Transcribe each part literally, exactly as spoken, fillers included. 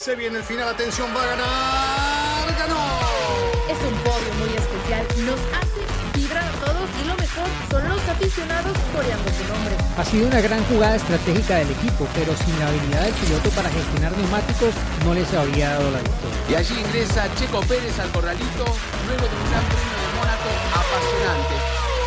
Se viene el final, atención, va a ganar, ganó. Es un podio muy especial, nos hace vibrar a todos y lo mejor son los aficionados coreando su nombre. Ha sido una gran jugada estratégica del equipo, pero sin la habilidad del piloto para gestionar neumáticos no les habría dado la victoria. Y allí ingresa Checo Pérez al corralito luego de un gran premio de Mónaco apasionante.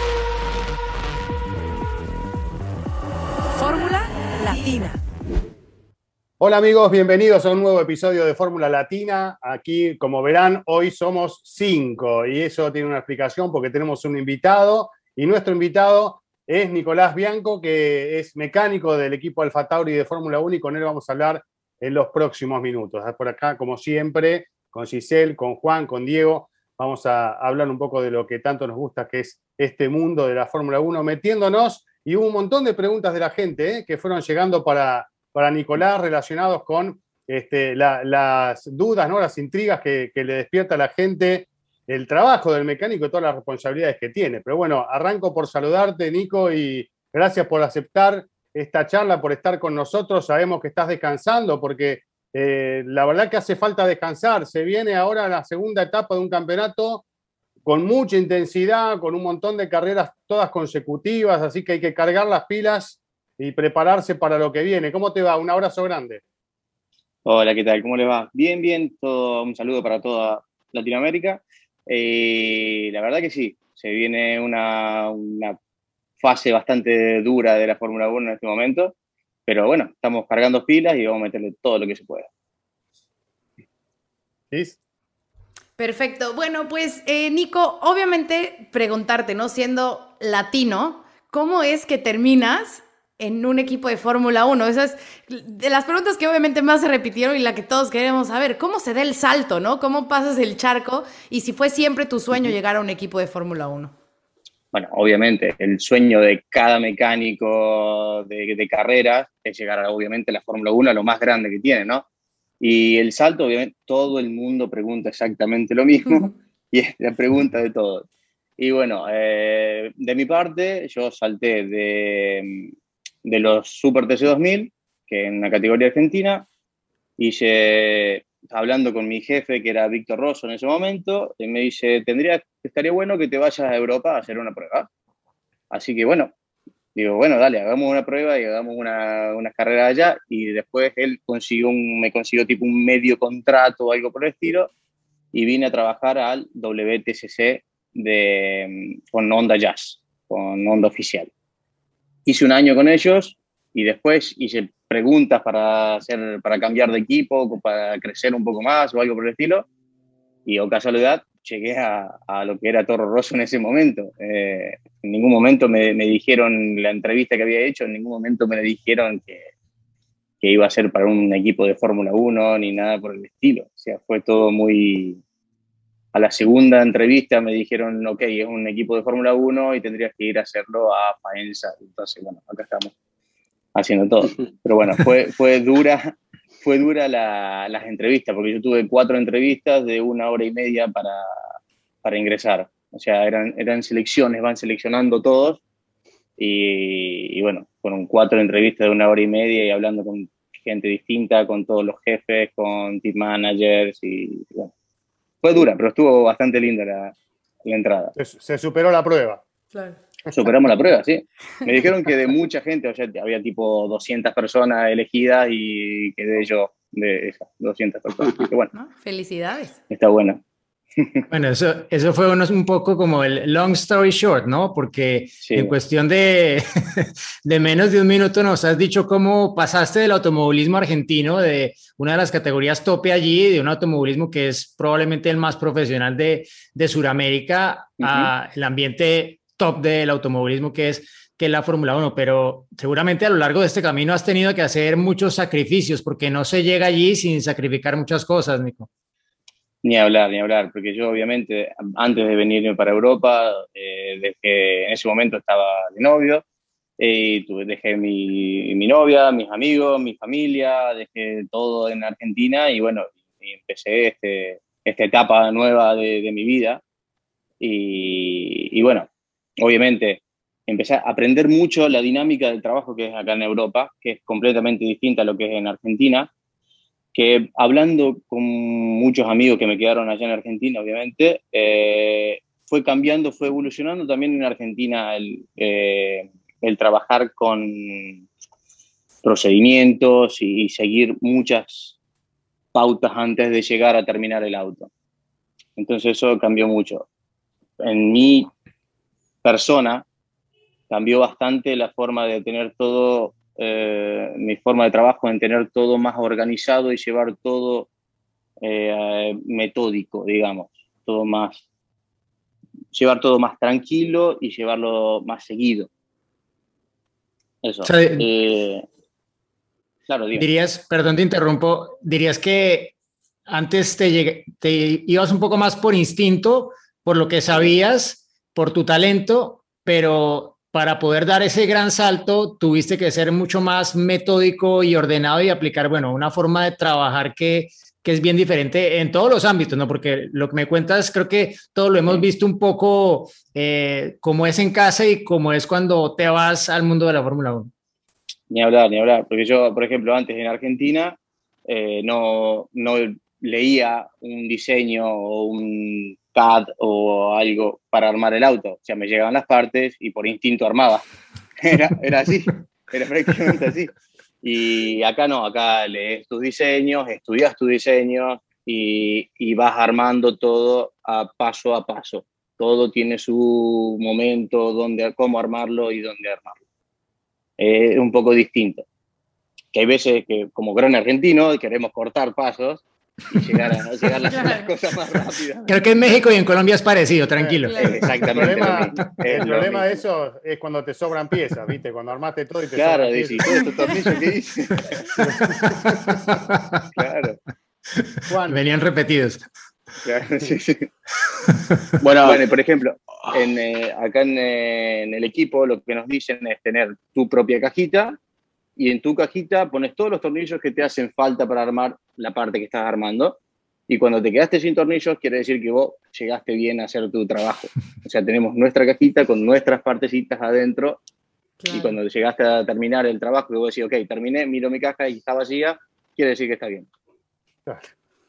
Fórmula Latina. Hola amigos, bienvenidos a un nuevo episodio de Fórmula Latina. Aquí, como verán, hoy somos cinco y eso tiene una explicación porque tenemos un invitado y nuestro invitado es Nicolás Bianco, que es mecánico del equipo Alfa Tauri de Fórmula uno y con él vamos a hablar en los próximos minutos. Por acá, como siempre, con Giselle, con Juan, con Diego, vamos a hablar un poco de lo que tanto nos gusta, que es este mundo de la Fórmula uno, metiéndonos, y hubo un montón de preguntas de la gente ¿eh? que fueron llegando para... para Nicolás, relacionados con este, la, las dudas, ¿no? Las intrigas que, que le despierta a la gente el trabajo del mecánico y todas las responsabilidades que tiene. Pero bueno, arranco por saludarte, Nico, y gracias por aceptar esta charla, por estar con nosotros. Sabemos que estás descansando porque eh, la verdad que hace falta descansar. Se viene ahora la segunda etapa de un campeonato con mucha intensidad, con un montón de carreras todas consecutivas, así que hay que cargar las pilas y prepararse para lo que viene. ¿Cómo te va? Un abrazo grande. Hola, ¿qué tal? ¿Cómo les va? Bien, bien. Todo, un saludo para toda Latinoamérica. Eh, la verdad que sí, se viene una, una fase bastante dura de la Fórmula uno en este momento, pero bueno, estamos cargando pilas y vamos a meterle todo lo que se pueda. ¿Sí? Perfecto. Bueno, pues, eh, Nico, obviamente preguntarte, ¿no? Siendo latino, ¿cómo es que terminas en un equipo de Fórmula uno? Esas de las preguntas que obviamente más se repitieron y la que todos queremos saber. ¿Cómo se da el salto, no? ¿Cómo pasas el charco? Y si fue siempre tu sueño llegar a un equipo de Fórmula uno. Bueno, obviamente, el sueño de cada mecánico de, de carreras es llegar a, obviamente, la Fórmula uno, a lo más grande que tiene, ¿no? Y el salto, obviamente, todo el mundo pregunta exactamente lo mismo y es la pregunta de todos. Y bueno, eh, de mi parte, yo salté de... de los Super T C dos mil, que en la categoría argentina, hice, hablando con mi jefe, que era Víctor Rosso en ese momento, y me dice, tendría, estaría bueno que te vayas a Europa a hacer una prueba. Así que bueno, digo, bueno, dale, hagamos una prueba y hagamos una, una carrera allá, y después él consiguió un, me consiguió tipo un medio contrato o algo por el estilo, y vine a trabajar al W T C C de, con Honda Jazz, con Honda oficial. Hice un año con ellos y después hice preguntas para, hacer, para cambiar de equipo, para crecer un poco más o algo por el estilo. Y, o casualidad, llegué a, a lo que era Toro Rosso en ese momento. Eh, en ningún momento me, me dijeron, la entrevista que había hecho, en ningún momento me dijeron que, que iba a ser para un equipo de Fórmula uno ni nada por el estilo. O sea, fue todo muy... A la segunda entrevista me dijeron, ok, es un equipo de Fórmula uno y tendrías que ir a hacerlo a Faenza. Entonces, bueno, acá estamos haciendo todo. Pero bueno, fue, fue dura, fue dura la, las entrevistas, porque yo tuve cuatro entrevistas de una hora y media para, para ingresar. O sea, eran, eran selecciones, van seleccionando todos. Y, y bueno, fueron cuatro entrevistas de una hora y media y hablando con gente distinta, con todos los jefes, con team managers y bueno. Fue dura, pero estuvo bastante linda la, la entrada. Se, se superó la prueba. Claro. Superamos la prueba, sí. Me dijeron que de mucha gente, o sea, había tipo doscientas personas elegidas y quedé yo de esas doscientas personas. Así que bueno, ¿No? Felicidades. está bueno. Bueno, eso, eso fue unos, un poco como el long story short, ¿no? Porque Sí. en cuestión de, de menos de un minuto nos has dicho cómo pasaste del automovilismo argentino, de una de las categorías tope allí, de un automovilismo que es probablemente el más profesional de, de Sudamérica, uh-huh, a el ambiente top del automovilismo que es, que es la Fórmula uno. Pero seguramente a lo largo de este camino has tenido que hacer muchos sacrificios porque no se llega allí sin sacrificar muchas cosas, Nico. Ni hablar, ni hablar, porque yo obviamente antes de venirme para Europa, eh, dejé, en ese momento estaba de novio, eh, tuve, dejé mi, mi novia, mis amigos, mi familia, dejé todo en Argentina y bueno, y empecé este, esta etapa nueva de, de mi vida y, y bueno, obviamente empecé a aprender mucho la dinámica del trabajo que es acá en Europa, que es completamente distinta a lo que es en Argentina, que hablando con muchos amigos que me quedaron allá en Argentina, obviamente, eh, fue cambiando, fue evolucionando también en Argentina el, eh, el trabajar con procedimientos y, y seguir muchas pautas antes de llegar a terminar el auto. Entonces eso cambió mucho. En mi persona cambió bastante la forma de tener todo, eh, mi forma de trabajo en tener todo más organizado y llevar todo eh, metódico, digamos, todo más, llevar todo más tranquilo y llevarlo más seguido. Eso. O sea, eh, claro, dime. Dirías, perdón, te interrumpo, dirías que antes te, llegué, te ibas un poco más por instinto, por lo que sabías, por tu talento, pero para poder dar ese gran salto tuviste que ser mucho más metódico y ordenado y aplicar, bueno, una forma de trabajar que, que es bien diferente en todos los ámbitos, ¿no? Porque lo que me cuentas, creo que todo lo hemos visto un poco eh, como es en casa y como es cuando te vas al mundo de la Fórmula uno. Ni hablar, ni hablar, porque yo, por ejemplo, antes en Argentina eh, no, no leía un diseño o un C A D o algo para armar el auto. O sea, me llegaban las partes y por instinto armaba. Era, era así, era prácticamente así. Y acá no, acá lees tus diseños, estudias tus diseños y, y vas armando todo a paso a paso. Todo tiene su momento, donde, cómo armarlo y dónde armarlo. Es eh, un poco distinto. Que hay veces que, como gran argentino, queremos cortar pasos y llegar a, llegar a las, claro. las cosas más rápidas. Creo que en México y en Colombia es parecido, tranquilo. Claro. Exactamente. El problema, el problema de eso es cuando te sobran piezas, ¿viste? Cuando armaste todo y te claro, sobran dice, piezas. Claro, ¿todo esto qué dice? Claro. Juan. Venían repetidos. Claro, sí, sí. Bueno, bueno, por ejemplo, en, eh, acá en, eh, en el equipo lo que nos dicen es tener tu propia cajita y en tu cajita pones todos los tornillos que te hacen falta para armar la parte que estás armando. Y cuando te quedaste sin tornillos, quiere decir que vos llegaste bien a hacer tu trabajo. O sea, tenemos nuestra cajita con nuestras partecitas adentro. Claro. Y cuando llegaste a terminar el trabajo, que vos decís, ok, terminé, miro mi caja y está vacía, quiere decir que está bien. Claro.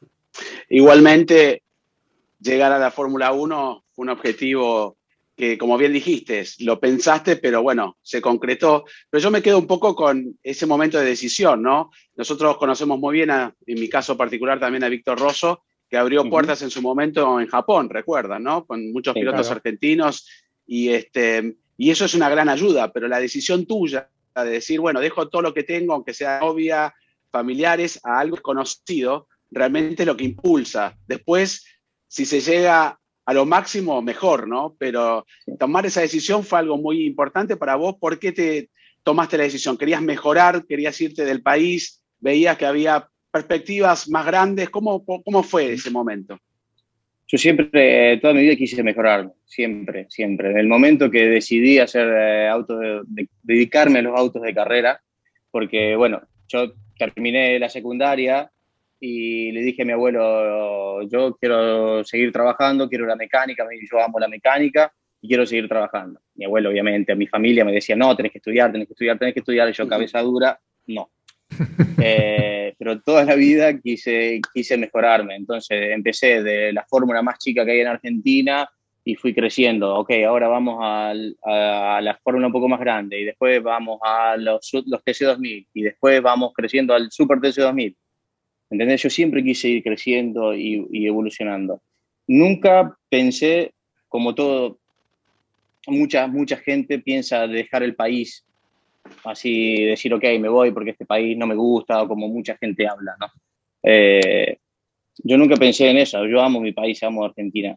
Igualmente, llegar a la Fórmula uno fue un objetivo que, como bien dijiste, lo pensaste, pero bueno, se concretó. Pero yo me quedo un poco con ese momento de decisión, ¿no? Nosotros conocemos muy bien, a, en mi caso particular, también a Víctor Rosso, que abrió uh-huh. puertas en su momento en Japón, recuerdan, ¿no? Con muchos sí, pilotos claro. argentinos. Y, este, y eso es una gran ayuda, pero la decisión tuya de decir, bueno, dejo todo lo que tengo, aunque sea novia, familiares, a algo desconocido, realmente es lo que impulsa. Después, si se llega a lo máximo, mejor, ¿no? Pero tomar esa decisión fue algo muy importante para vos. ¿Por qué te tomaste la decisión? ¿Querías mejorar? ¿Querías irte del país? ¿Veías que había perspectivas más grandes? ¿Cómo, cómo fue ese momento? Yo siempre, eh, toda mi vida quise mejorar, siempre, siempre. En el momento que decidí hacer eh, autos de, de, dedicarme a los autos de carrera, porque, bueno, yo terminé la secundaria y le dije a mi abuelo, yo quiero seguir trabajando, quiero la mecánica, yo amo la mecánica y quiero seguir trabajando. Mi abuelo, obviamente, a mi familia me decía, no, tenés que estudiar, tenés que estudiar, tenés que estudiar, y yo, cabeza dura, no. Eh, pero toda la vida quise, quise mejorarme, entonces empecé de la fórmula más chica que hay en Argentina y fui creciendo. Ok, ahora vamos a, a, a la fórmula un poco más grande y después vamos a los, los T C dos mil y después vamos creciendo al Super T C dos mil. ¿Entendés? Yo siempre quise ir creciendo y, y evolucionando. Nunca pensé, como todo, mucha, mucha gente piensa dejar el país, así decir, ok, me voy porque este país no me gusta, o como mucha gente habla, ¿no? Eh, yo nunca pensé en eso, yo amo mi país, amo Argentina.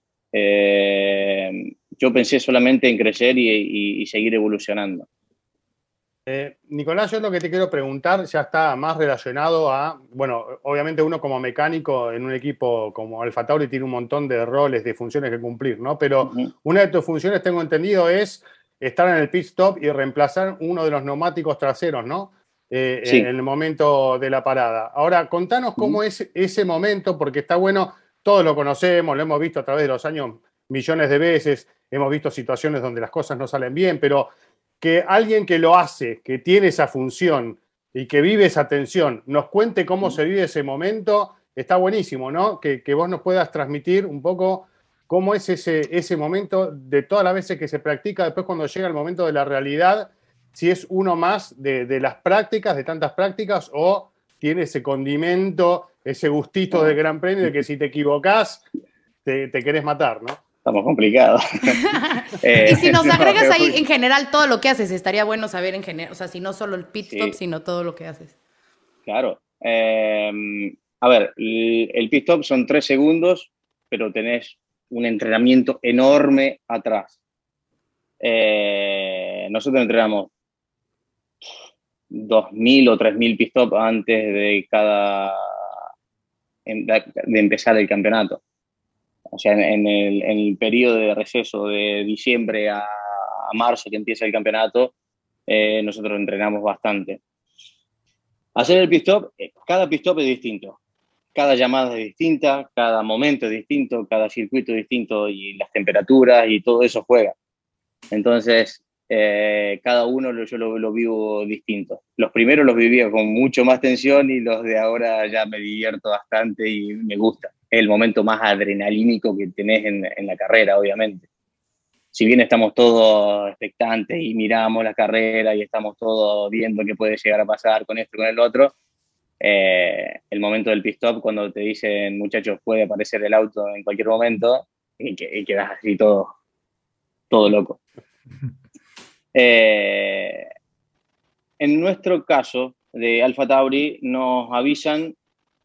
Eh, yo pensé solamente en crecer y, y, y seguir evolucionando. Eh, Nicolás, yo lo que te quiero preguntar ya está más relacionado a, bueno, obviamente uno como mecánico en un equipo como AlphaTauri tiene un montón de roles, de funciones que cumplir, ¿no? Pero uh-huh. una de tus funciones, tengo entendido, es estar en el pit stop y reemplazar uno de los neumáticos traseros, ¿no? Eh, sí. En el momento de la parada. Ahora, contanos cómo uh-huh. es ese momento, porque está bueno, todos lo conocemos, lo hemos visto a través de los años millones de veces, hemos visto situaciones donde las cosas no salen bien, pero que alguien que lo hace, que tiene esa función, y que vive esa tensión, nos cuente cómo se vive ese momento. Está buenísimo, ¿no? Que, que vos nos puedas transmitir un poco cómo es ese, ese momento de todas las veces que se practica, después cuando llega el momento de la realidad, si es uno más de, de las prácticas, de tantas prácticas, o tiene ese condimento, ese gustito del Gran Premio de que si te equivocás, te, te querés matar, ¿no? Estamos complicados. eh, y si nos no, agregas ahí muy... en general todo lo que haces, estaría bueno saber en general, o sea, si no solo el pit stop, sí. sino todo lo que haces. Claro. Eh, a ver, el, el pit stop son tres segundos, pero tenés un entrenamiento enorme atrás. Eh, nosotros entrenamos dos mil o tres mil pit stop antes de cada de empezar el campeonato. O sea, en el, en el periodo de receso de diciembre a, a marzo que empieza el campeonato, eh, nosotros entrenamos bastante. Hacer el pit stop, cada pit stop es distinto. Cada llamada es distinta, cada momento es distinto, cada circuito es distinto y las temperaturas y todo eso juega. Entonces, eh, cada uno lo, yo lo, lo vivo distinto. Los primeros los vivía con mucho más tensión y los de ahora ya me divierto bastante y me gusta. Es el momento más adrenalínico que tenés en, en la carrera, obviamente. Si bien estamos todos expectantes y miramos la carrera y estamos todos viendo qué puede llegar a pasar con esto y con el otro, eh, el momento del pit stop, cuando te dicen, muchachos, puede aparecer el auto en cualquier momento, y, que, y quedas así todo, todo loco. Eh, en nuestro caso de Alfa Tauri nos avisan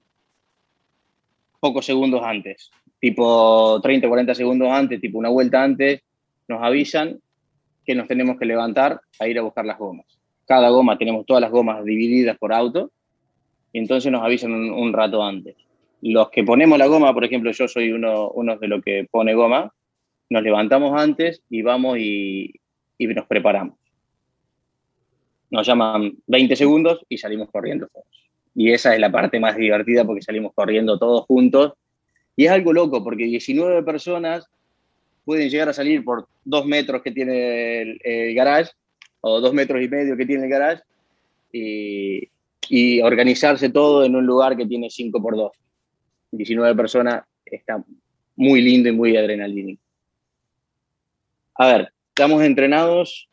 pocos segundos antes, tipo treinta, cuarenta segundos antes, tipo una vuelta antes, nos avisan que nos tenemos que levantar a ir a buscar las gomas. Cada goma, tenemos todas las gomas divididas por auto, y entonces nos avisan un, un rato antes. Los que ponemos la goma, por ejemplo, yo soy uno, uno de los que pone goma, nos levantamos antes y vamos y, y nos preparamos. Nos llaman veinte segundos y salimos corriendo todos. Y esa es la parte más divertida porque salimos corriendo todos juntos. Y es algo loco porque diecinueve personas pueden llegar a salir por dos metros que tiene el, el garage o dos metros y medio que tiene el garage y, y organizarse todo en un lugar que tiene cinco por dos. diecinueve personas está muy lindo y muy adrenalínico. A ver, estamos entrenados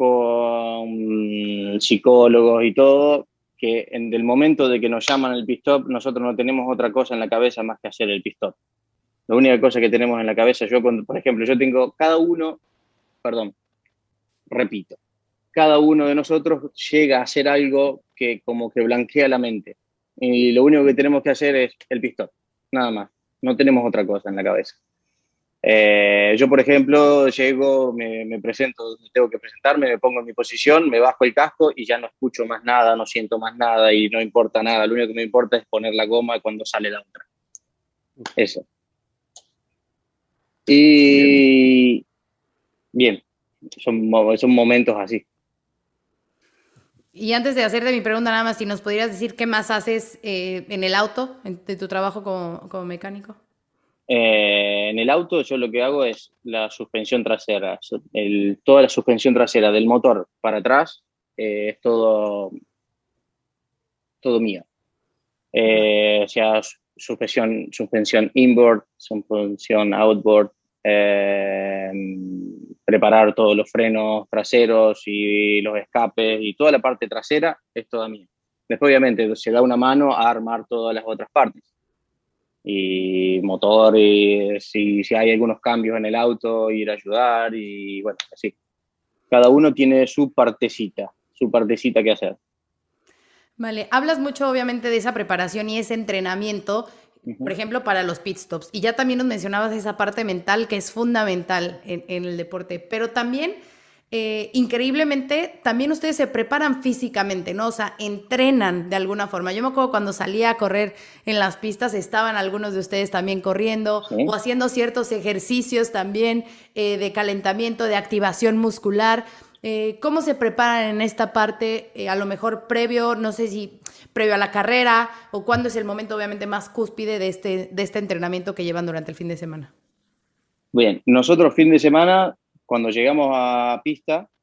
con psicólogos y todo, que en el momento de que nos llaman al pit stop, nosotros no tenemos otra cosa en la cabeza más que hacer el pit stop. La única cosa que tenemos en la cabeza, yo, cuando, por ejemplo, yo tengo cada uno, perdón, repito, cada uno de nosotros llega a hacer algo que como que blanquea la mente. Y lo único que tenemos que hacer es el pit stop, nada más. No tenemos otra cosa en la cabeza. Eh, yo, por ejemplo, llego, me, me presento, tengo que presentarme, me pongo en mi posición, me bajo el casco y ya no escucho más nada, no siento más nada y no importa nada. Lo único que me importa es poner la goma cuando sale la otra. Eso. Y bien, son, son momentos así. Y antes de hacerte mi pregunta, nada más, si nos podrías decir qué más haces eh, en el auto, en, de tu trabajo como, como mecánico. Eh, en el auto yo lo que hago es la suspensión trasera. El, toda la suspensión trasera del motor para atrás eh, es todo, todo mío. Eh, o sea, suspensión, suspensión inboard, suspensión outboard, eh, preparar todos los frenos traseros y los escapes y toda la parte trasera es toda mía. Después obviamente se da una mano a armar todas las otras partes. Y motor, y si, si hay algunos cambios en el auto, ir a ayudar y bueno, así. Cada uno tiene su partecita, su partecita que hacer. Vale, hablas mucho obviamente de esa preparación y ese entrenamiento, uh-huh. por ejemplo, para los pit stops. Y ya también nos mencionabas esa parte mental que es fundamental en, en el deporte, pero también... Eh, increíblemente, también ustedes se preparan físicamente, ¿no? O sea, entrenan de alguna forma. Yo me acuerdo cuando salía a correr en las pistas, estaban algunos de ustedes también corriendo ¿sí? o haciendo ciertos ejercicios también eh, de calentamiento, de activación muscular. Eh, ¿Cómo se preparan en esta parte? Eh, a lo mejor previo, no sé si previo a la carrera o cuándo es el momento obviamente más cúspide de este, de este entrenamiento que llevan durante el fin de semana. Bien, nosotros fin de semana... Cuando llegamos a pista,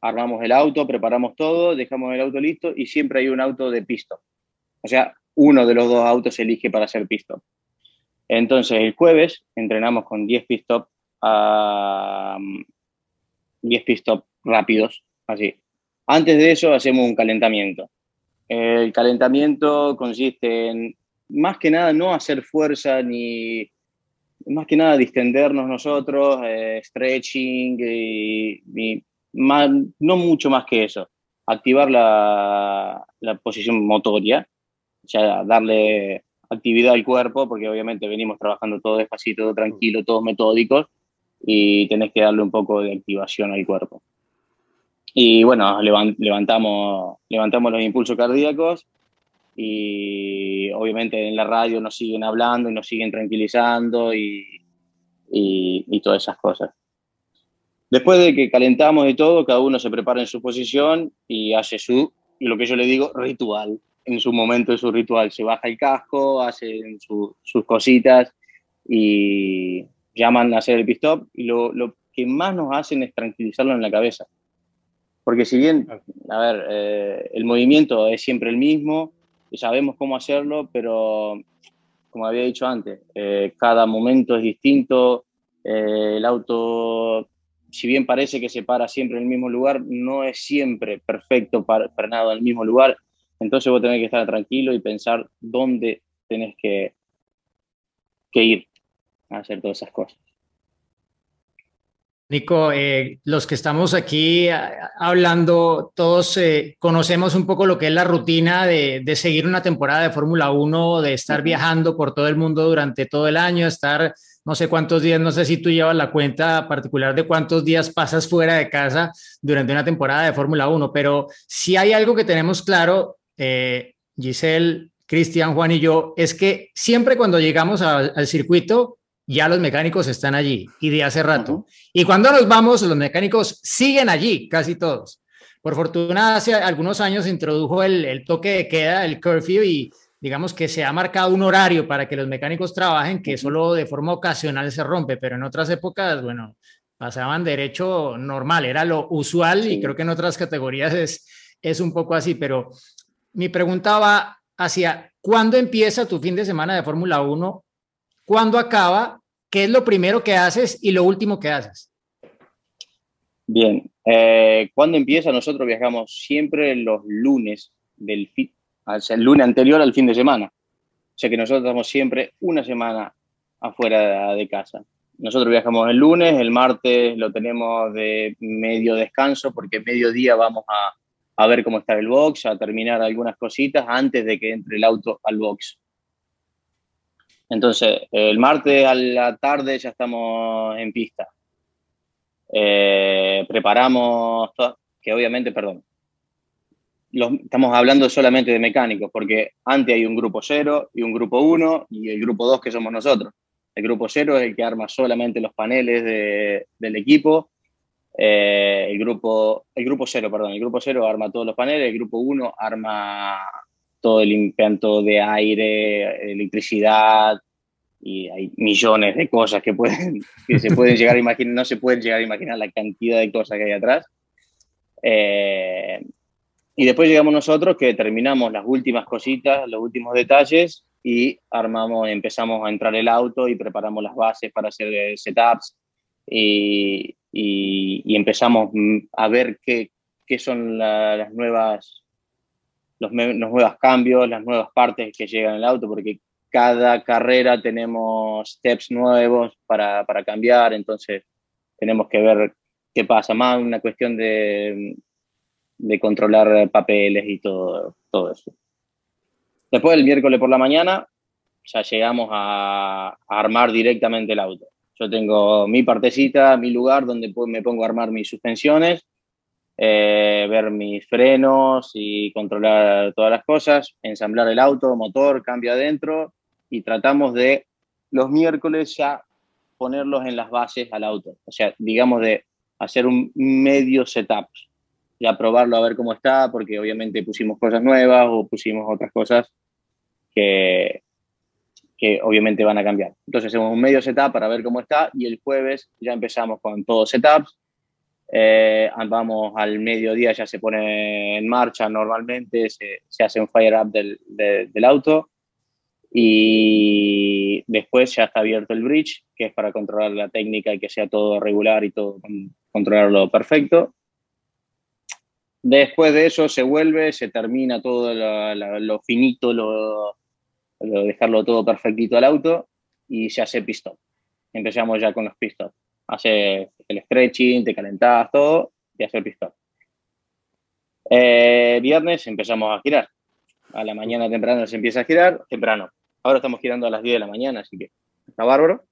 armamos el auto, preparamos todo, dejamos el auto listo y siempre hay un auto de pit stop. O sea, uno de los dos autos se elige para hacer pit stop. Entonces, el jueves entrenamos con diez pit stop, uh, diez pit stop rápidos, así. Antes de eso hacemos un calentamiento. El calentamiento consiste en, más que nada, no hacer fuerza ni, más que nada, distendernos nosotros, eh, stretching, y, y más, no mucho más que eso. Activar la, la posición motoria, o sea, darle actividad al cuerpo, porque obviamente venimos trabajando todo despacito, todo tranquilo, todos metódicos, y tenés que darle un poco de activación al cuerpo. Y bueno, levantamos, levantamos los impulsos cardíacos y obviamente en la radio nos siguen hablando y nos siguen tranquilizando y, y, y todas esas cosas. Después de que calentamos y todo, cada uno se prepara en su posición y hace su, lo que yo le digo, ritual. En su momento de su ritual se baja el casco, hacen su, sus cositas y llaman a hacer el pit stop, y lo, lo que más nos hacen es tranquilizarlo en la cabeza. Porque si bien, a ver, eh, el movimiento es siempre el mismo, sabemos cómo hacerlo, pero como había dicho antes, eh, cada momento es distinto, eh, el auto, si bien parece que se para siempre en el mismo lugar, no es siempre perfecto para, frenado en el mismo lugar, entonces vos tenés que estar tranquilo y pensar dónde tenés que, que ir a hacer todas esas cosas. Nico, eh, los que estamos aquí a, hablando, todos eh, conocemos un poco lo que es la rutina de, de seguir una temporada de Fórmula uno, de estar viajando por todo el mundo durante todo el año, estar no sé cuántos días, no sé si tú llevas la cuenta particular de cuántos días pasas fuera de casa durante una temporada de Fórmula uno, pero si hay algo que tenemos claro, eh, Giselle, Cristian, Juan y yo, es que siempre cuando llegamos a, al circuito, ya los mecánicos están allí y de hace rato. Uh-huh. Y cuando nos vamos, los mecánicos siguen allí, casi todos. Por fortuna, hace algunos años se introdujo el, el toque de queda, el curfew, y digamos que se ha marcado un horario para que los mecánicos trabajen, que uh-huh. solo de forma ocasional se rompe, pero en otras épocas, bueno, pasaban derecho normal, era lo usual, sí. Y creo que en otras categorías es, es un poco así, pero mi pregunta va hacia, ¿cuándo empieza tu fin de semana de Fórmula uno? ¿Cuándo acaba? ¿Qué es lo primero que haces y lo último que haces? Bien, eh, ¿cuándo empieza? Nosotros viajamos siempre los lunes del fin, o sea, el lunes anterior al fin de semana. O sea que nosotros estamos siempre una semana afuera de, de casa. Nosotros viajamos el lunes, el martes lo tenemos de medio descanso porque mediodía vamos a, a ver cómo está el box, a terminar algunas cositas antes de que entre el auto al box. Entonces, el martes a la tarde ya estamos en pista. Eh, preparamos, todo, que obviamente, perdón, los, estamos hablando solamente de mecánicos, porque antes hay un grupo cero y un grupo uno y el grupo dos que somos nosotros. El grupo cero es el que arma solamente los paneles de, del equipo. Eh, el, grupo, el grupo cero, perdón, el grupo cero arma todos los paneles, el grupo uno arma todo el implante de aire, electricidad, y hay millones de cosas que, pueden, que se pueden llegar a imaginar, no se pueden llegar a imaginar la cantidad de cosas que hay atrás. Eh, y después llegamos nosotros que terminamos las últimas cositas, los últimos detalles, y armamos, empezamos a entrar el auto y preparamos las bases para hacer setups, y, y, y empezamos a ver qué, qué son la, las nuevas... Los, los nuevos cambios, las nuevas partes que llegan al auto, porque cada carrera tenemos steps nuevos para, para cambiar, entonces tenemos que ver qué pasa, más una cuestión de, de controlar papeles y todo, todo eso. Después, el miércoles por la mañana, ya llegamos a, a armar directamente el auto. Yo tengo mi partecita, mi lugar donde me pongo a armar mis suspensiones, Eh, ver mis frenos y controlar todas las cosas, ensamblar el auto, motor, cambio adentro, y tratamos de los miércoles ya ponerlos en las bases al auto, o sea, digamos de hacer un medio setup, ya probarlo a ver cómo está, porque obviamente pusimos cosas nuevas o pusimos otras cosas que, que obviamente van a cambiar. Entonces hacemos un medio setup para ver cómo está, y el jueves ya empezamos con todos setups. Eh, vamos al mediodía, ya se pone en marcha normalmente, se, se hace un fire up del, de, del auto y después ya está abierto el bridge, que es para controlar la técnica y que sea todo regular y todo, controlarlo perfecto. Después de eso se vuelve, se termina todo lo, lo, lo finito, lo, lo, dejarlo todo perfectito al auto y se hace pit stop. Empezamos ya con los pit stop. Haces el stretching, te calentás todo y haces el pit stop. Eh, viernes empezamos a girar. A la mañana temprano se empieza a girar, temprano. Ahora estamos girando a las diez de la mañana, así que está bárbaro.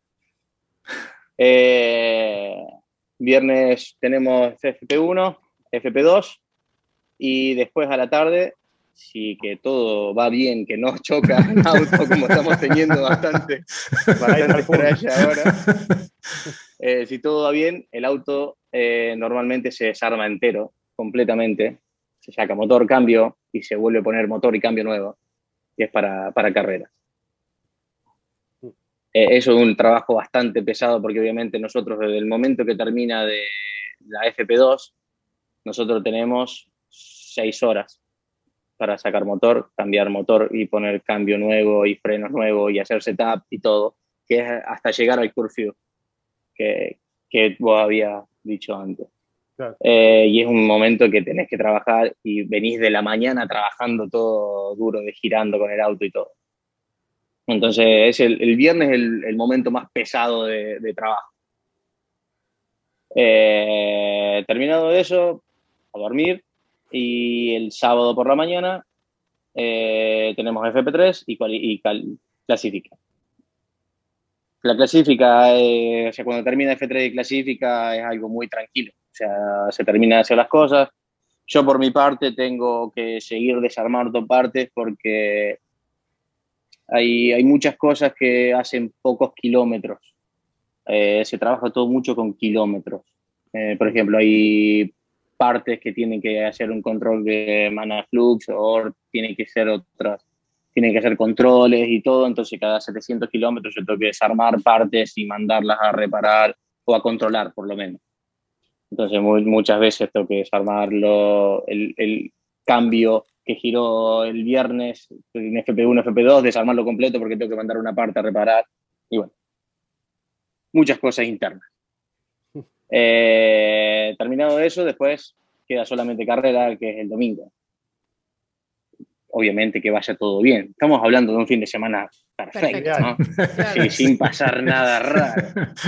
Eh, viernes tenemos F P uno, F P dos y después a la tarde, si que todo va bien, que no choca el auto como estamos teniendo bastante, bastante crash ahora. Eh, si todo va bien, el auto eh, normalmente se desarma entero, completamente. Se saca motor, cambio y se vuelve a poner motor y cambio nuevo. Y es para, para carreras. Eh, eso es un trabajo bastante pesado porque obviamente nosotros desde el momento que termina de la F P dos, nosotros tenemos seis horas para sacar motor, cambiar motor y poner cambio nuevo y frenos nuevos y hacer setup y todo, que es hasta llegar al curfew. Que, que vos habías dicho antes. Claro. Eh, y es un momento que tenés que trabajar y venís de la mañana trabajando todo duro, de girando con el auto y todo. Entonces, es el, el viernes es el, el momento más pesado de, de trabajo. Eh, terminado eso, a dormir, y el sábado por la mañana eh, tenemos F P tres y, y cal, clasifica. La clasifica, eh, o sea, cuando termina F tres y clasifica es algo muy tranquilo. O sea, se termina de hacer las cosas. Yo por mi parte tengo que seguir desarmando partes porque hay, hay muchas cosas que hacen pocos kilómetros. Eh, se trabaja todo mucho con kilómetros. Eh, por ejemplo, hay partes que tienen que hacer un control de mana flux o tienen que ser otras. Tienen que hacer controles y todo, entonces cada setecientos kilómetros yo tengo que desarmar partes y mandarlas a reparar o a controlar, por lo menos. Entonces muy, muchas veces tengo que desarmarlo, el, el cambio que giró el viernes en F P uno, F P dos, desarmarlo completo porque tengo que mandar una parte a reparar. Y bueno, muchas cosas internas. Eh, terminado eso, después queda solamente carrera, que es el domingo. Obviamente que vaya todo bien. Estamos hablando de un fin de semana perfecto, perfecto. ¿No? Claro. Sí, sin pasar nada raro.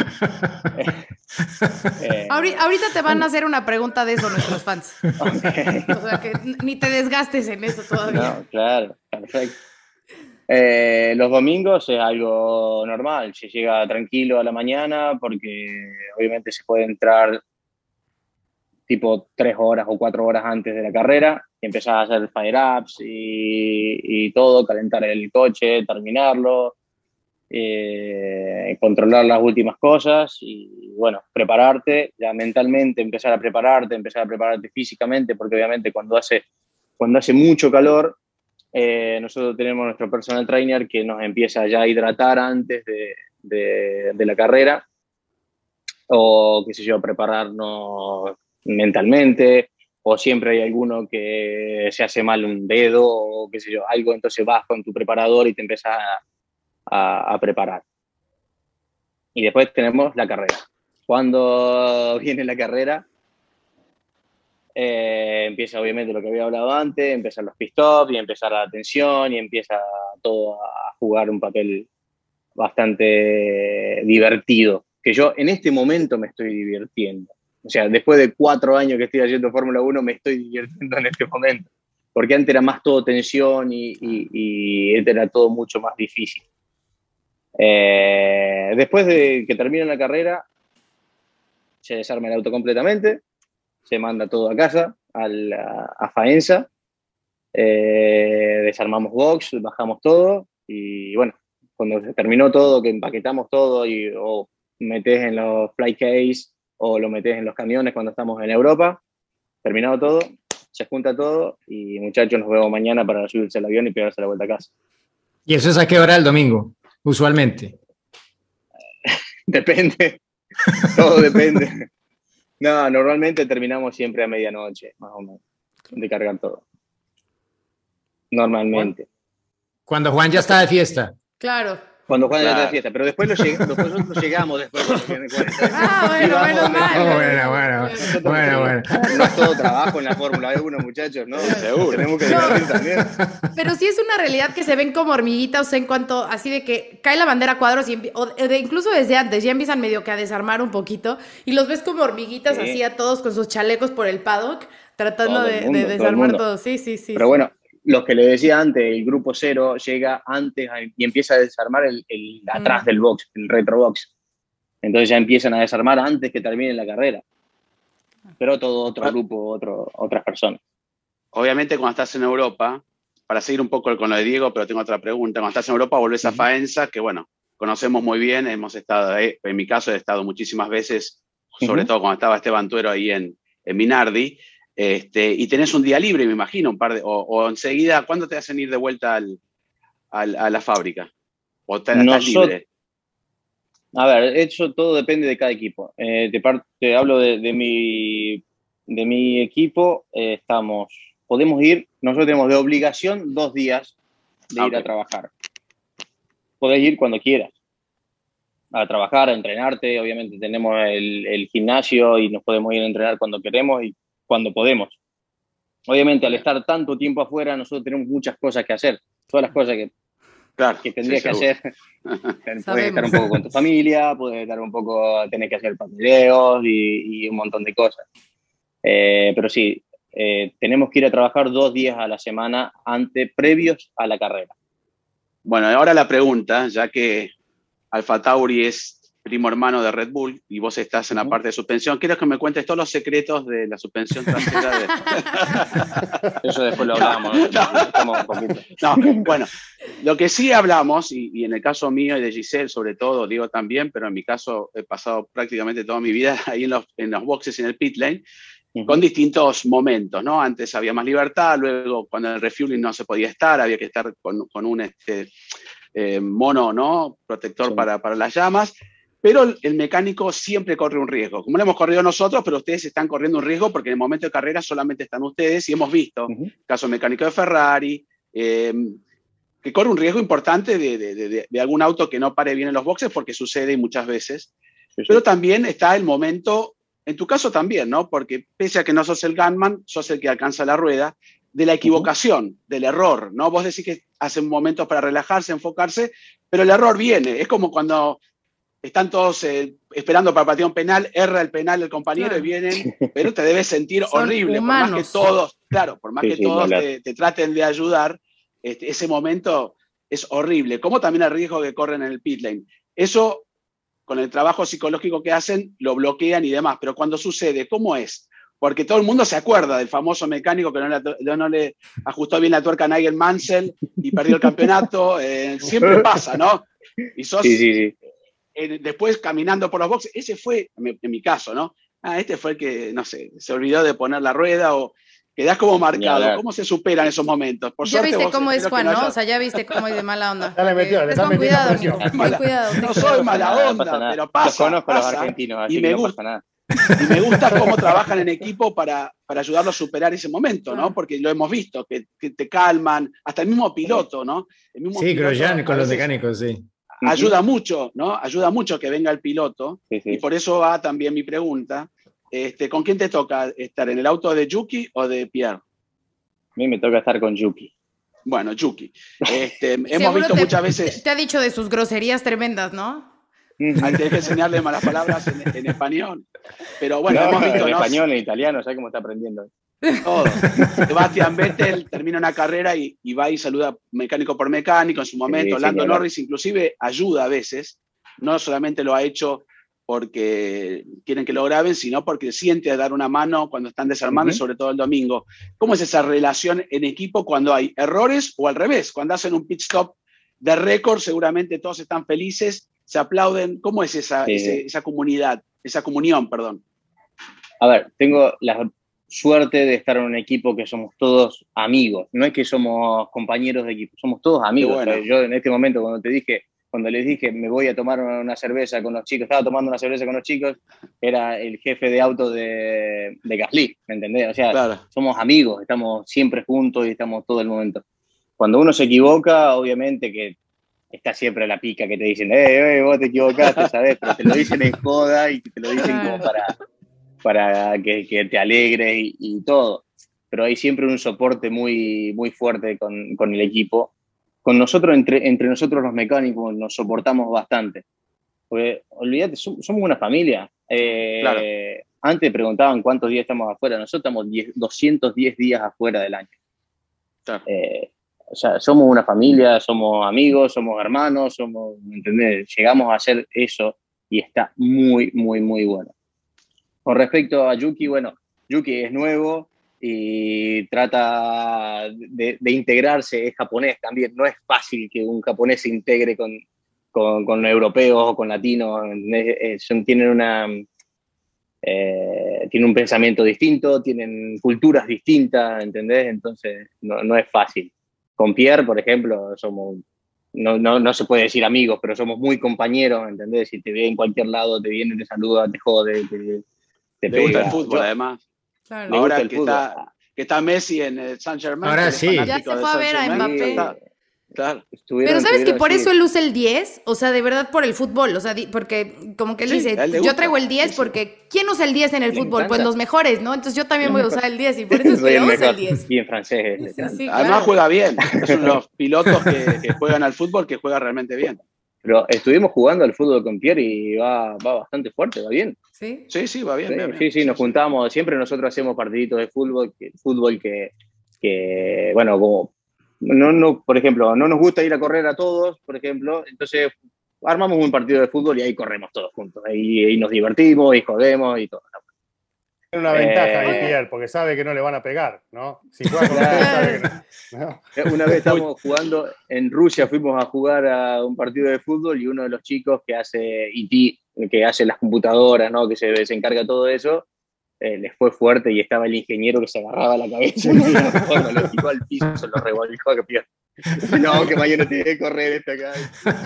eh, Ahorita te van a hacer una pregunta de eso nuestros fans. Okay. O sea, que ni te desgastes en eso todavía. No, claro, perfecto. Eh, los domingos es algo normal. Se llega tranquilo a la mañana porque obviamente se puede entrar tipo tres horas o cuatro horas antes de la carrera y empezar a hacer fire-ups y, y todo, calentar el coche, terminarlo, eh, controlar las últimas cosas y, bueno, prepararte ya mentalmente, empezar a prepararte, empezar a prepararte físicamente, porque obviamente cuando hace, cuando hace mucho calor, eh, nosotros tenemos nuestro personal trainer que nos empieza ya a hidratar antes de, de, de la carrera o, qué sé yo, prepararnos mentalmente, o siempre hay alguno que se hace mal un dedo o qué sé yo, algo, entonces vas con tu preparador y te empiezas a, a, a preparar. Y después tenemos la carrera. Cuando viene la carrera, eh, empieza obviamente lo que había hablado antes, empiezan los pit stops y empieza la tensión y empieza todo a jugar un papel bastante divertido, que yo en este momento me estoy divirtiendo. O sea, después de cuatro años que estoy haciendo Fórmula uno, me estoy divirtiendo en este momento. Porque antes era más todo tensión y, y, y este era todo mucho más difícil. Eh, después de que termina la carrera, se desarma el auto completamente, se manda todo a casa, a, la, a Faenza, eh, desarmamos box, bajamos todo y bueno, cuando se terminó todo, que empaquetamos todo y o metes en los fly case o lo metes en los camiones cuando estamos en Europa, terminado todo, se junta todo y muchachos, nos vemos mañana para subirse al avión y pegarse la vuelta a casa. ¿Y eso es a qué hora el domingo, usualmente? Depende, todo depende. No, normalmente terminamos siempre a medianoche, más o menos, de cargar todo. Normalmente. Cuando Juan ya está de fiesta. Claro. Cuando Juan Claro. ya está de fiesta, pero después, lo lleg después nosotros llegamos después. Ah, bueno, menos mal. Oh, bueno, bueno, Nosotros, bueno, bueno. No es todo trabajo en la Fórmula uno, muchachos, ¿no? Seguro. Tenemos que No. divertir también. Pero sí es una realidad que se ven como hormiguitas, o sea, en cuanto así de que cae la bandera a cuadros y o de, incluso desde antes ya empiezan medio que a desarmar un poquito y los ves como hormiguitas Sí. así a todos con sus chalecos por el paddock tratando Todo el de, mundo, de todo el desarmar mundo. todo. Sí, sí, sí. Pero sí. bueno, los que le decía antes, el grupo cero llega antes a- y empieza a desarmar el, el atrás Mm. del box, el retro box. Entonces ya empiezan a desarmar antes que termine la carrera. Pero todo otro grupo, otro, otras personas. Obviamente cuando estás en Europa, para seguir un poco con lo de Diego, pero tengo otra pregunta, cuando estás en Europa volvés a Faenza, que bueno, conocemos muy bien, hemos estado ahí, en mi caso he estado muchísimas veces, sobre Ujú. todo cuando estaba Esteban Tuero ahí en, en Minardi, este, y tenés un día libre, me imagino, un par de, o, o enseguida, ¿cuándo te hacen ir de vuelta al, al- a la fábrica? ¿O te, estás Nosot- libre? A ver, eso todo depende de cada equipo. Eh, te, par- te hablo de, de, mi, de mi equipo, eh, estamos, podemos ir, nosotros tenemos de obligación dos días de Ah, ir ok. a trabajar. Podés ir cuando quieras a trabajar, a entrenarte. Obviamente tenemos el, el gimnasio y nos podemos ir a entrenar cuando queremos y cuando podemos. Obviamente, al estar tanto tiempo afuera, nosotros tenemos muchas cosas que hacer. Todas las cosas que, Claro, que tendrías sí, que seguro. hacer. Puedes Sabemos. estar un poco con tu familia, puedes estar un poco, tenés que hacer papeleos y, y un montón de cosas. Eh, pero sí, eh, tenemos que ir a trabajar dos días a la semana antes, previos a la carrera. Bueno, ahora la pregunta, ya que Alfa Tauri es primo hermano de Red Bull y vos estás en la Ujú. parte de suspensión, quiero que me cuentes todos los secretos de la suspensión trasera de... Eso después lo hablamos, ¿no? Estamos un poquito. No, bueno, lo que sí hablamos, y, y en el caso mío y de Giselle sobre todo, digo también, pero en mi caso he pasado prácticamente toda mi vida ahí en los, en los boxes en el pit lane, Ujú. con distintos momentos, ¿no? Antes había más libertad, luego cuando el refueling no se podía estar, había que estar con, con un este, eh, mono, ¿no? Protector Sí. para, para las llamas, pero el, el mecánico siempre corre un riesgo, como lo hemos corrido nosotros, pero ustedes están corriendo un riesgo porque en el momento de carrera solamente están ustedes y hemos visto, Ujú. caso mecánico de Ferrari, eh, que corre un riesgo importante de, de, de, de algún auto que no pare bien en los boxes porque sucede muchas veces, Sí, sí. pero también está el momento, en tu caso también, ¿no? Porque pese a que no sos el gunman, sos el que alcanza la rueda, de la equivocación, uh-huh. del error, ¿no? Vos decís que hacen momentos para relajarse, enfocarse, pero el error viene. Es como cuando están todos eh, esperando para patear un penal, erra el penal el compañero Claro. y vienen, pero te debes sentir Son horrible, humanos. por más que todos, claro, por más Sí, que sí, todos claro. te, te traten de ayudar, este, ese momento es horrible, como también el riesgo que corren en el pit lane. Eso, con el trabajo psicológico que hacen, lo bloquean y demás, pero cuando sucede, ¿cómo es? Porque todo el mundo se acuerda del famoso mecánico que no le, no le ajustó bien la tuerca a Nigel Mansell y perdió el campeonato, eh, siempre pasa, ¿no? Y sos... Sí, sí, sí. Eh, después caminando por los boxes, ese fue, en mi caso, ¿no? Ah, este fue el que, no sé, se olvidó de poner la rueda o quedás como marcado. ¿Cómo se superan esos momentos? Por ya suerte, viste vos, cómo es Juan, no, ¿no? haya... O sea, ya viste cómo es de mala onda. Ya le metió, le Pues está con metiendo cuidado, presión. Nico, Mala- con cuidado. No soy mala nada, onda, no pasa nada. pero pasa. Los conozco a los pasa, argentinos, así y que me no gusta, pasa nada. Y me gusta cómo trabajan en equipo para, para ayudarlos a superar ese momento, ¿no? Porque lo hemos visto, que, que te calman, hasta el mismo piloto, ¿no? El mismo Sí, piloto Grosjean a con los veces mecánicos, sí. ayuda mucho, ¿no? Ayuda mucho que venga el piloto. Sí, sí. Y por eso va también mi pregunta. Este, ¿con quién te toca estar? ¿En el auto de Yuki o de Pierre? A mí me toca estar con Yuki. Bueno, Yuki. Este, hemos Seguro visto te- muchas veces... Te, te ha dicho de sus groserías tremendas, ¿no? Hay que enseñarle malas palabras en, en español. Pero bueno, No, hemos visto, en ¿no? español, en italiano, ¿sabes cómo está aprendiendo? Todo. Sebastián Vettel termina una carrera y, y va y saluda mecánico por mecánico en su momento. Sí, Lando señora. Norris inclusive ayuda a veces. No solamente lo ha hecho porque quieren que lo graben, sino porque siente a dar una mano cuando están desarmando, Ujú. y sobre todo el domingo. ¿Cómo es esa relación en equipo cuando hay errores o al revés? Cuando hacen un pit stop de récord, seguramente todos están felices, se aplauden. ¿Cómo es esa, Sí. ese- esa comunidad, esa comunión, perdón? A ver, tengo la suerte de estar en un equipo que somos todos amigos. No es que somos compañeros de equipo, somos todos amigos. Qué bueno. O sea, yo en este momento, cuando te dije, cuando les dije me voy a tomar una cerveza con los chicos, estaba tomando una cerveza con los chicos, era el jefe de auto de, de Gasly, ¿me entendés? O sea, claro. Somos amigos, estamos siempre juntos y estamos todo el momento. Cuando uno se equivoca, obviamente que está siempre la pica que te dicen, eh, eh vos te equivocaste, ¿sabés? Pero te lo dicen en joda y te lo dicen como para, para que, que te alegres y, y todo. Pero hay siempre un soporte muy, muy fuerte con, con el equipo. Con nosotros, entre, entre nosotros los mecánicos, nos soportamos bastante. Porque, olvídate, somos una familia. Eh, claro. Antes preguntaban cuántos días estamos afuera. Nosotros estamos diez, doscientos diez días afuera del año. Claro. Eh, o sea, somos una familia, somos amigos, somos hermanos, somos, ¿entendés? Llegamos a hacer eso y está muy, muy, muy bueno. Con respecto a Yuki, bueno, Yuki es nuevo y trata de, de integrarse, es japonés también. No es fácil que un japonés se integre con, con, con europeos o con latinos. Son, tienen, una, eh, tienen un pensamiento distinto, tienen culturas distintas, ¿entendés? Entonces no, no es fácil. Con Pierre, por ejemplo, somos, no, no, no se puede decir amigos, pero somos muy compañeros, ¿entendés? Si te ve en cualquier lado, te viene, te saluda, te jode, te, te pega. Gusta el fútbol, Yo, además. Claro. Ahora que está, que está Messi en el Saint-Germain. Ahora sí. Ya se fue a ver a Mbappé. Está, claro. Pero ¿sabes que por eso él usa el diez? O sea, de verdad por el fútbol. O sea, porque como que él sí, dice, él yo traigo el diez porque ¿quién usa el diez en el le fútbol? Encanta. Pues los mejores, ¿no? Entonces yo también voy a usar el diez y por eso es que yo uso el diez. Y en francés. Sí, sí, Además claro. juega bien. Es uno de los pilotos que, que juegan al fútbol que juega realmente bien. Pero estuvimos jugando al fútbol con Pierre y va, va bastante fuerte, va bien. Sí, sí, sí va bien. Sí, va bien. sí, sí, nos juntamos. Siempre nosotros hacemos partiditos de fútbol, que, fútbol que, que, bueno, como, no, no, por ejemplo, no nos gusta ir a correr a todos, por ejemplo, entonces armamos un partido de fútbol y ahí corremos todos juntos. Ahí, ahí nos divertimos y jodemos y todo. Tiene una ventaja ahí, eh, Pierre, porque sabe que no le van a pegar, ¿no? Si juega con ustedes, sabe que no, no. Una vez estábamos jugando en Rusia, fuimos a jugar a un partido de fútbol y uno de los chicos que hace I T, que hace las computadoras, ¿no? Que se, se encarga de todo eso, eh, les fue fuerte y estaba el ingeniero que se agarraba la cabeza y lo, lo tiró al piso, se lo revolvió a que Pierre. No, que mañana tiene que correr esta acá.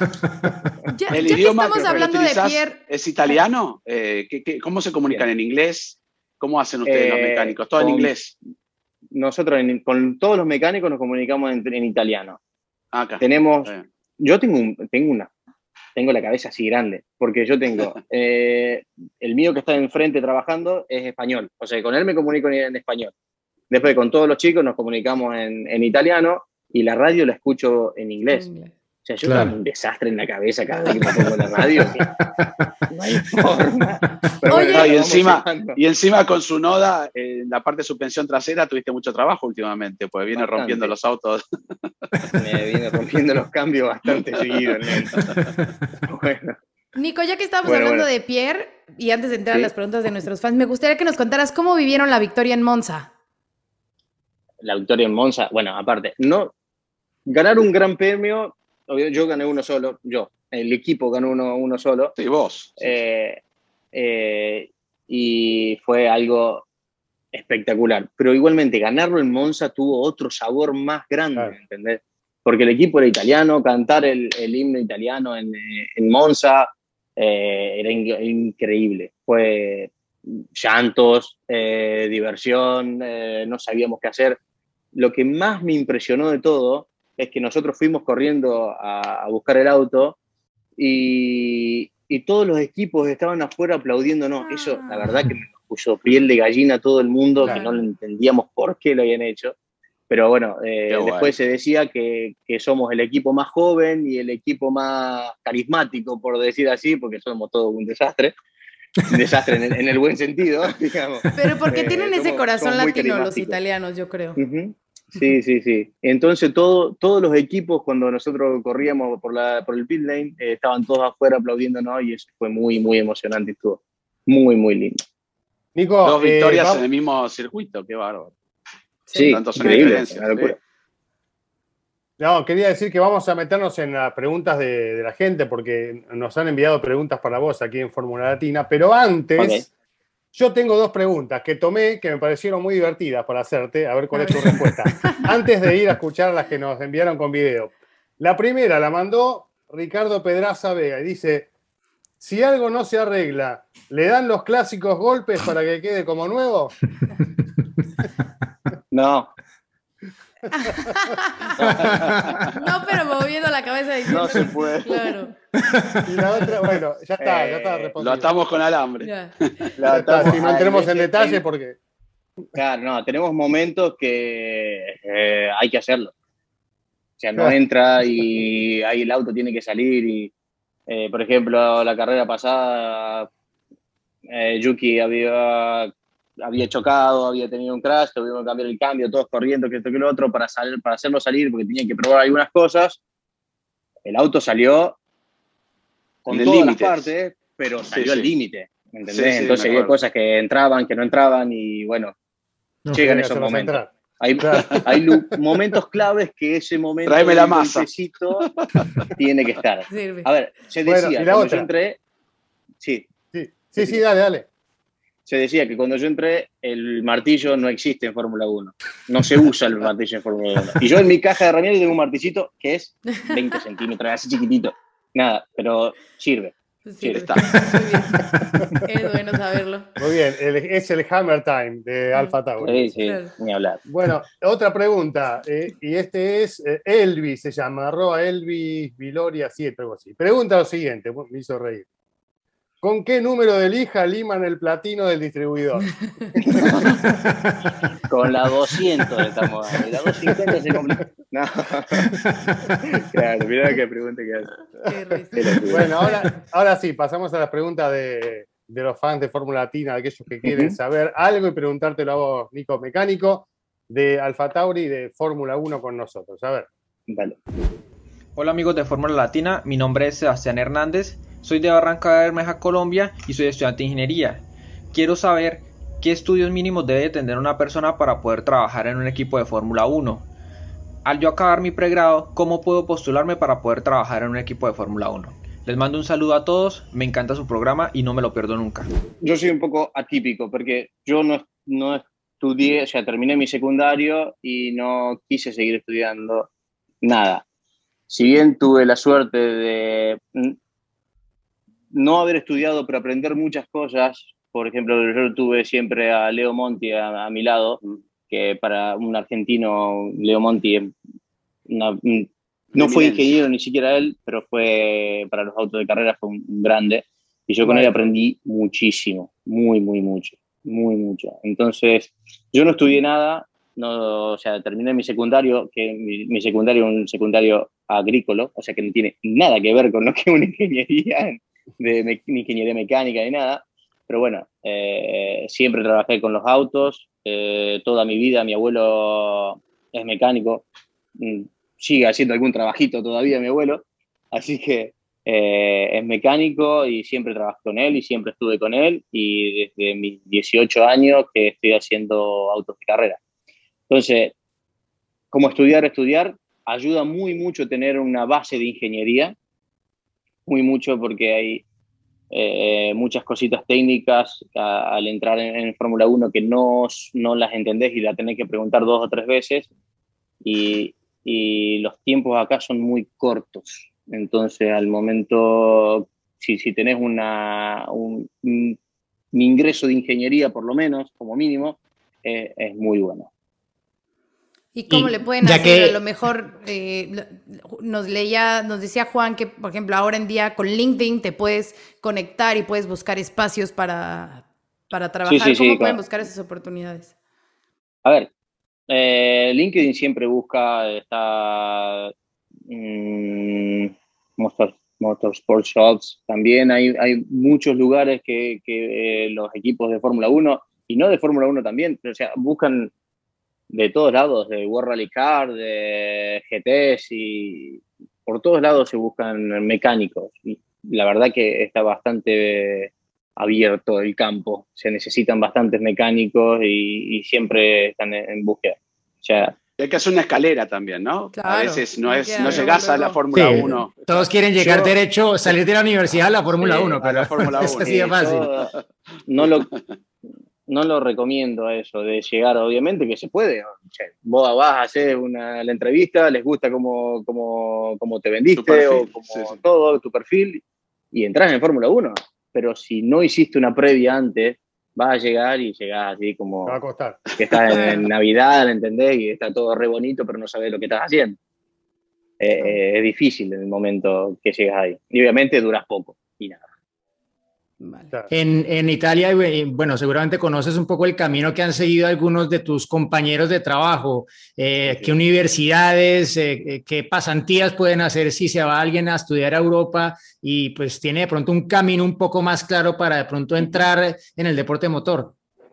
Ya, el ya idioma que estamos que hablando de Pierre. ¿Es italiano? Eh, ¿qué, qué, ¿Cómo se comunican? Bien. ¿En inglés? ¿Cómo hacen ustedes eh, los mecánicos? ¿Todo con, en inglés? Nosotros en, con todos los mecánicos nos comunicamos en, en italiano. Acá. Tenemos, eh. Yo tengo, un, tengo una, tengo la cabeza así grande, porque yo tengo, eh, el mío que está enfrente trabajando es español, o sea, con él me comunico en, en español. Después con todos los chicos nos comunicamos en, en italiano y la radio la escucho en inglés. En inglés. O sea, yo claro. tengo un desastre en la cabeza cada vez que me pongo en la radio. Que no hay forma. Pero Oye, bueno, y, encima, y encima con su Noda, en eh, la parte de suspensión trasera, tuviste mucho trabajo últimamente, pues viene bastante. Rompiendo los autos. Me viene rompiendo los cambios bastante seguido. Bueno. Nico, ya que estamos bueno, hablando bueno. de Pierre, y antes de entrar ¿Sí? a las preguntas de nuestros fans, me gustaría que nos contaras cómo vivieron la victoria en Monza. La victoria en Monza, bueno, aparte, no ganar un gran premio. Yo gané uno solo, yo. El equipo ganó uno, uno solo. Sí, vos. Eh, eh, y fue algo espectacular. Pero igualmente, ganarlo en Monza tuvo otro sabor más grande, claro. ¿entendés? Porque el equipo era italiano, cantar el, el himno italiano en, en Monza eh, era in, increíble. Fue llantos, eh, diversión, eh, no sabíamos qué hacer. Lo que más me impresionó de todo es que nosotros fuimos corriendo a, a buscar el auto y, y todos los equipos estaban afuera aplaudiéndonos. Ah. Eso, la verdad, que nos puso piel de gallina a todo el mundo, claro. que no lo entendíamos por qué lo habían hecho. Pero bueno, eh, después se decía que, que somos el equipo más joven y el equipo más carismático, por decir así, porque somos todos un desastre. Un desastre en el, en el buen sentido, digamos. Pero porque eh, tienen ese somos, corazón somos latino los italianos, yo creo. Uh-huh. Sí, sí, sí. Entonces todo, todos los equipos, cuando nosotros corríamos por, la, por el pit lane, eh, estaban todos afuera aplaudiéndonos y eso fue muy, muy emocionante y estuvo muy, muy lindo. Nico, dos eh, victorias vamos... en el mismo circuito, qué bárbaro. Sí, sí, increíble, una locura. Sí. No, quería decir que vamos a meternos en las preguntas de, de la gente porque nos han enviado preguntas para vos aquí en Fórmula Latina, pero antes... Okay. Yo tengo dos preguntas que tomé que me parecieron muy divertidas para hacerte, a ver cuál es tu respuesta. Antes de ir a escuchar las que nos enviaron con video. La primera la mandó Ricardo Pedraza Vega y dice, si algo no se arregla, ¿le dan los clásicos golpes para que quede como nuevo? No. No, pero moviendo la cabeza diciendo No se que- puede. Claro. Y la otra, bueno, ya está, Eh, ya está Lo respondido. atamos con alambre. Ya. Ya está, si no Hay entremos en veces- detalle hay- porque... Claro, no, tenemos momentos que eh, hay que hacerlo. O sea, no Claro. entra y ahí el auto tiene que salir. Y, eh, por ejemplo, la carrera pasada, eh, Yuki había, había chocado, había tenido un crash, tuvimos que cambiar el cambio, todos corriendo, que esto que lo otro, para, salir, para hacerlo salir, porque tenían que probar algunas cosas. El auto salió con En el todas límite. las partes, pero Sí, salió al sí. límite. ¿Entendés? Sí, sí, Entonces me había acuerdo. cosas que entraban, que no entraban, y bueno, No llegan tenía que esos hacerlos momentos. entrar. Hay, Claro. hay lu- momentos claves que ese momento Tráeme la del masa. golpecito tiene que estar. Sirve. A ver, se Bueno, decía, ¿y la cuando otra? yo entré, sí, Sí, sí, sí, dale, dale. se decía que cuando yo entré, el martillo no existe en Fórmula uno. No se usa el martillo en Fórmula uno. Y yo en mi caja de herramientas tengo un martillito que es veinte centímetros, así chiquitito. Nada, pero sirve. Sirve. está. Muy bien. Es bueno saberlo. Muy bien, el- es el Hammer Time de Alfa Tauri. Sí, sí, Claro. ni hablar. Bueno, otra pregunta, eh, y este es eh, Elvis, se llama, arroba Elvis Viloria siete, algo así. Pregunta lo siguiente, me hizo reír. ¿Con qué número de lija liman el platino del distribuidor? Con la doscientos estamos dando. Y la doscientos cincuenta se complica. No. Claro, mirá qué pregunta que hace. Qué risa. Qué locura. Bueno, ahora, ahora sí, pasamos a las preguntas de, de los fans de Fórmula Latina, de aquellos que quieren Ujú. saber algo y preguntártelo a vos, Nico Mecánico, de Alfa Tauri y de Fórmula uno con nosotros. A ver. Dale. Hola amigos de Fórmula Latina, mi nombre es Sebastián Hernández, soy de Barranca Bermeja, Colombia y soy estudiante de ingeniería. Quiero saber qué estudios mínimos debe tener una persona para poder trabajar en un equipo de Fórmula uno. Al yo acabar mi pregrado, ¿cómo puedo postularme para poder trabajar en un equipo de Fórmula uno? Les mando un saludo a todos, me encanta su programa y no me lo pierdo nunca. Yo soy un poco atípico porque yo no, no estudié, o sea, terminé mi secundario y no quise seguir estudiando nada. Si bien tuve la suerte de no haber estudiado, pero aprender muchas cosas, por ejemplo, yo tuve siempre a Leo Monti a, a mi lado, que para un argentino, Leo Monti, una, no fue ingeniero ni siquiera él, pero fue para los autos de carrera fue un, un grande. Y yo con Bueno. él aprendí muchísimo, muy, muy mucho, muy mucho. Entonces, yo no estudié nada, no, o sea, terminé mi secundario, que mi, mi secundario es un secundario agrícola, o sea, que no tiene nada que ver con lo que es una ingeniería, de, me, ni ingeniería mecánica ni nada. Pero bueno, eh, siempre trabajé con los autos, eh, toda mi vida. Mi abuelo es mecánico, sigue haciendo algún trabajito todavía mi abuelo, así que eh, es mecánico y siempre trabajé con él y siempre estuve con él, y desde mis dieciocho años que estoy haciendo autos de carrera. Entonces, como estudiar, estudiar, ayuda muy mucho tener una base de ingeniería, muy mucho, porque hay eh, muchas cositas técnicas a, al entrar en, en Fórmula uno que no, no las entendés y las tenés que preguntar dos o tres veces, y, y los tiempos acá son muy cortos. Entonces, al momento, si, si tenés una, un, un, un ingreso de ingeniería, por lo menos, como mínimo, eh, es muy bueno. ¿Y cómo Y le pueden ya hacer? que- A lo mejor eh, nos leía, nos decía Juan que, por ejemplo, ahora en día con LinkedIn te puedes conectar y puedes buscar espacios para, para trabajar. Sí, sí, ¿Cómo sí, pueden claro. buscar esas oportunidades? A ver, eh, LinkedIn siempre busca, está mmm, Motor, Motorsport Shops, también hay, hay muchos lugares que, que eh, los equipos de Fórmula uno, y no de Fórmula uno también, pero, o sea, buscan de todos lados, de World Rally Car, de G Ts, y por todos lados se buscan mecánicos. Y la verdad que está bastante abierto el campo, se necesitan bastantes mecánicos y, y siempre están en, en búsqueda. O sea, hay que hacer una escalera también, ¿no? Claro, a veces no, no es, queda no luego, llegás a la luego. Fórmula Sí, uno. todos quieren llegar Yo- derecho, salir de la universidad a la Fórmula Sí, uno, a pero la Fórmula es uno. así de eh, fácil. yo no lo, no lo recomiendo eso de llegar, obviamente que se puede. Che, vos vas a hacer una, la entrevista, les gusta cómo, cómo, cómo te vendiste perfil, o como sí, sí. todo, tu perfil, y entras en Fórmula uno. Pero si no hiciste una previa antes, vas a llegar y llegás así como Te va a costar. que estás en, en Navidad, ¿entendés? Y está todo re bonito, pero no sabes lo que estás haciendo. Eh, eh, es difícil en el momento que llegas ahí. Y obviamente duras poco y nada. Vale. Claro. En, en Italia, y bueno, seguramente conoces un poco el camino que han seguido algunos de tus compañeros de trabajo. Eh, Sí. ¿Qué universidades, eh, qué pasantías pueden hacer si se va alguien a estudiar a Europa y pues tiene de pronto un camino un poco más claro para de pronto entrar en el deporte motor?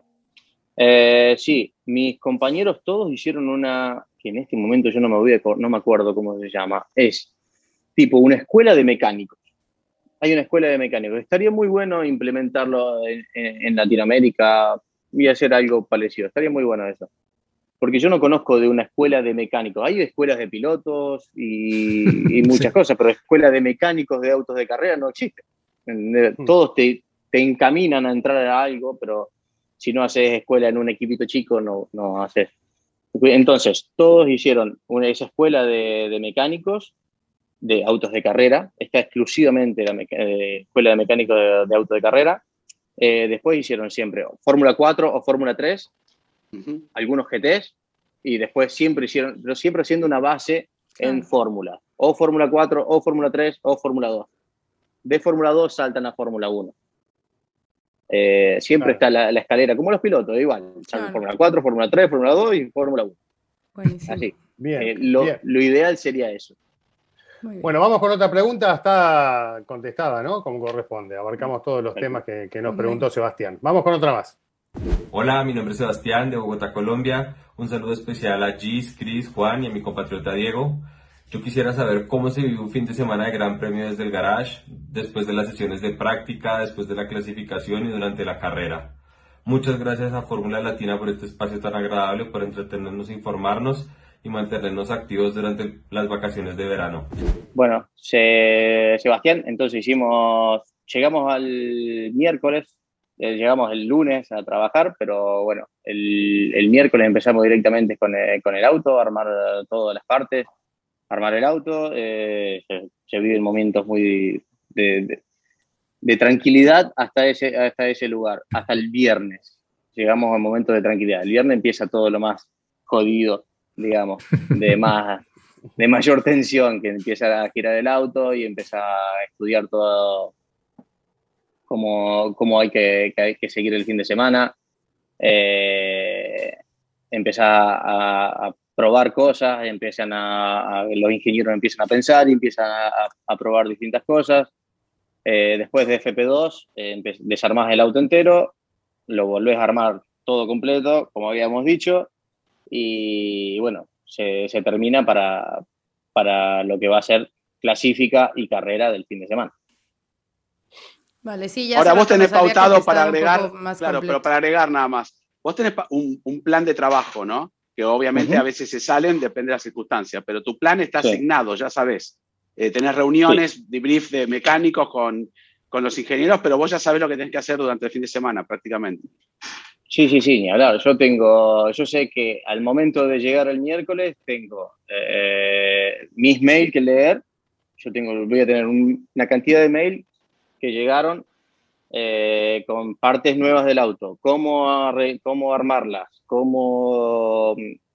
Eh, sí, mis compañeros todos hicieron una, que en este momento yo no me, voy a, no me acuerdo cómo se llama, es tipo una escuela de mecánicos. Hay una escuela de mecánicos. Estaría muy bueno implementarlo en, en, en Latinoamérica y hacer algo parecido. Estaría muy bueno eso. Porque yo no conozco de una escuela de mecánicos. Hay escuelas de pilotos y, y muchas Sí. cosas, pero escuela de mecánicos de autos de carrera no existe. Todos te, te encaminan a entrar a algo, pero si no haces escuela en un equipito chico, no, no haces. Entonces, todos hicieron una, esa escuela de, de mecánicos de autos de carrera, está exclusivamente la eh, escuela de mecánicos de, de autos de carrera. Eh, después hicieron siempre Fórmula cuatro o Fórmula tres, uh-huh. algunos G Ts, y después siempre hicieron, pero siempre haciendo una base en Claro. Fórmula, o Fórmula cuatro, o Fórmula tres, o Fórmula dos. De Fórmula dos saltan a Fórmula uno. Eh, siempre Claro. está la, la escalera, como los pilotos, igual. Claro. Fórmula cuatro, Fórmula tres, Fórmula dos y Fórmula uno. Buenísimo. Así. Bien, Eh, lo, bien. lo ideal sería eso. Muy bien. Bueno, vamos con otra pregunta, está contestada, ¿no? Como corresponde. Abarcamos todos los temas que, que nos Ok. preguntó Sebastián. Vamos con otra más. Hola, mi nombre es Sebastián de Bogotá, Colombia. Un saludo especial a Gis, Chris, Juan y a mi compatriota Diego. Yo quisiera saber cómo se vive un fin de semana de Gran Premio desde el garage, después de las sesiones de práctica, después de la clasificación y durante la carrera. Muchas gracias a Fórmula Latina por este espacio tan agradable, por entretenernos e informarnos y mantenernos activos durante las vacaciones de verano. Bueno, se, Sebastián, entonces hicimos, llegamos al miércoles, eh, llegamos el lunes a trabajar, pero bueno, el, el miércoles empezamos directamente con el, con el auto, armar todas las partes, armar el auto, eh, se, se viven momentos muy de, de, de tranquilidad hasta ese, hasta ese lugar, hasta el viernes. Llegamos al momento de tranquilidad. El viernes empieza todo lo más jodido, digamos, de más de mayor tensión, que empieza a girar el auto y empieza a estudiar todo cómo, cómo hay, que, que hay que seguir el fin de semana. Eh, empieza a, a probar cosas, empiezan a, a, los ingenieros empiezan a pensar y empiezan a, a probar distintas cosas. Eh, después de F P dos, eh, desarmás el auto entero, lo volvés a armar todo completo, como habíamos dicho, y bueno, se, se termina para, para lo que va a ser clasifica y carrera del fin de semana. Vale, sí, ya Ahora vos tenés nos había pautado para contestado un agregar, poco más claro, completo. pero para agregar nada más. Vos tenés un, un plan de trabajo, ¿no? Que obviamente Uh-huh. a veces se salen, depende de las circunstancias, pero tu plan está Sí. asignado, ya sabés. Eh, tenés reuniones, Sí. debrief de mecánicos con, con los ingenieros, pero vos ya sabés lo que tenés que hacer durante el fin de semana, prácticamente. Sí, sí, sí, ni hablar. Yo tengo, yo sé que al momento de llegar el miércoles tengo eh, mis mails que leer. Yo tengo, voy a tener un, una cantidad de mails que llegaron eh, con partes nuevas del auto, cómo, arre, cómo armarlas, cómo,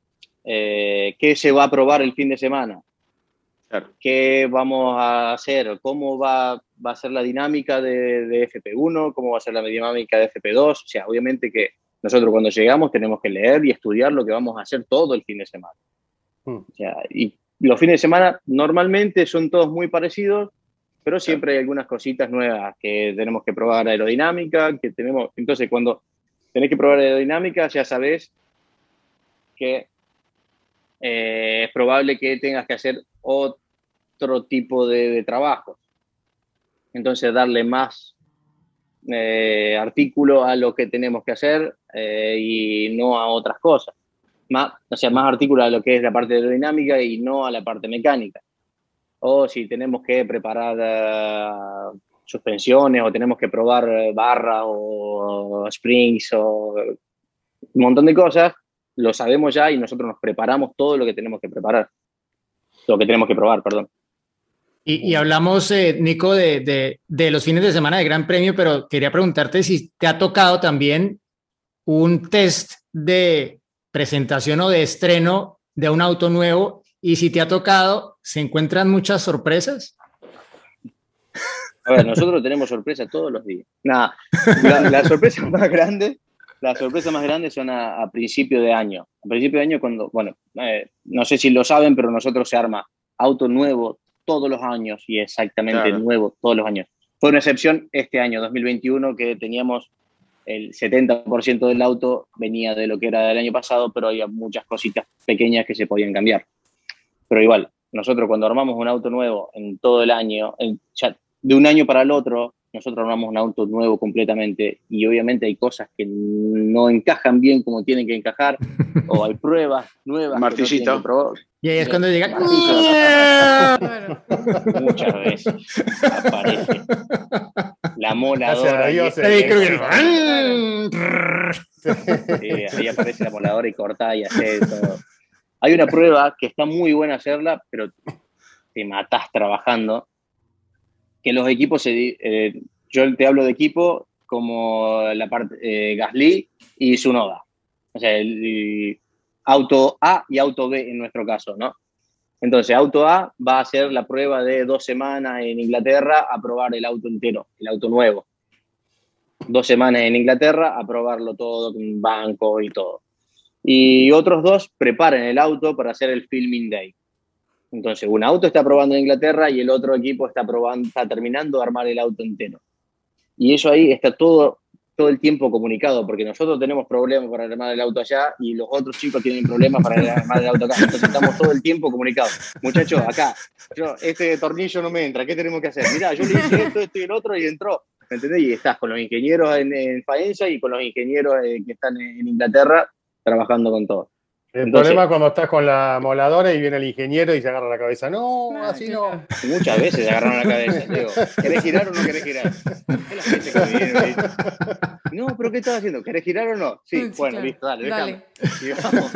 eh, qué se va a probar el fin de semana, Claro. qué vamos a hacer, cómo va, va a ser la dinámica de, de F P uno, cómo va a ser la dinámica de F P dos. O sea, obviamente que nosotros cuando llegamos tenemos que leer y estudiar lo que vamos a hacer todo el fin de semana. Mm. O sea, y los fines de semana normalmente son todos muy parecidos, pero siempre hay algunas cositas nuevas que tenemos que probar aerodinámica, que tenemos. Entonces, cuando tenés que probar aerodinámica, ya sabés que eh, es probable que tengas que hacer otro tipo de, de trabajo. Entonces, darle más eh, artículo a lo que tenemos que hacer eh, y no a otras cosas. Más, o sea, más artículo a lo que es la parte aerodinámica y no a la parte mecánica. O si tenemos que preparar uh, suspensiones o tenemos que probar barra o springs o un montón de cosas, lo sabemos ya y nosotros nos preparamos todo lo que tenemos que preparar, lo que tenemos que probar, perdón. Y, y hablamos, eh, Nico, de, de, de los fines de semana de Gran Premio, pero quería preguntarte si te ha tocado también un test de presentación o de estreno de un auto nuevo, y si te ha tocado, ¿se encuentran muchas sorpresas? A ver, nosotros tenemos sorpresas todos los días. Nada, la, la sorpresa más grande, las sorpresas más grandes son a, a principio de año. A principio de año cuando, bueno, eh, no sé si lo saben, pero nosotros se arma auto nuevo todos los años y exactamente claro. nuevo todos los años. Fue una excepción este año, dos mil veintiuno, que teníamos el setenta por ciento del auto venía de lo que era del año pasado, pero había muchas cositas pequeñas que se podían cambiar. Pero igual, nosotros cuando armamos un auto nuevo en todo el año, en, ya, de un año para el otro, nosotros armamos un auto nuevo completamente y obviamente hay cosas que no encajan bien como tienen que encajar o hay pruebas nuevas. Martillito. Que no probar. Y ahí es cuando llega. Muchas veces aparece la moladora. Ahí, y sí, ahí aparece la moladora y corta y hace todo. Hay una prueba que está muy buena hacerla, pero te matás trabajando. Que los equipos, se, eh, yo te hablo de equipo como la parte eh, Gasly y Tsunoda. O sea, el, el auto A y auto B en nuestro caso, ¿no? Entonces, auto A va a hacer la prueba de dos semanas en Inglaterra a probar el auto entero, el auto nuevo. Dos semanas en Inglaterra a probarlo todo con banco y todo. Y otros dos preparan el auto para hacer el filming day. Entonces, un auto está probando en Inglaterra y el otro equipo está probando, está terminando de armar el auto entero. Y eso ahí está todo, todo el tiempo comunicado, porque nosotros tenemos problemas para armar el auto allá y los otros chicos tienen problemas para armar el auto acá. Entonces estamos todo el tiempo comunicados. Muchachos, acá, yo, este tornillo no me entra, ¿qué tenemos que hacer? Mirá, yo le hice esto, esto y el otro y entró. ¿Me entendés? Y estás con los ingenieros en, en Faenza y con los ingenieros eh, que están en Inglaterra trabajando con todo. El Entonces, problema es cuando estás con la moladora y viene el ingeniero y se agarra la cabeza. No, no así no. Muchas veces se agarraron la cabeza. Digo, ¿querés girar o no querés girar? Es la gente que viene y dice, no, pero ¿qué estás haciendo? ¿Querés girar o no? Sí, sí bueno, claro. Listo, dale, dale. Y vamos.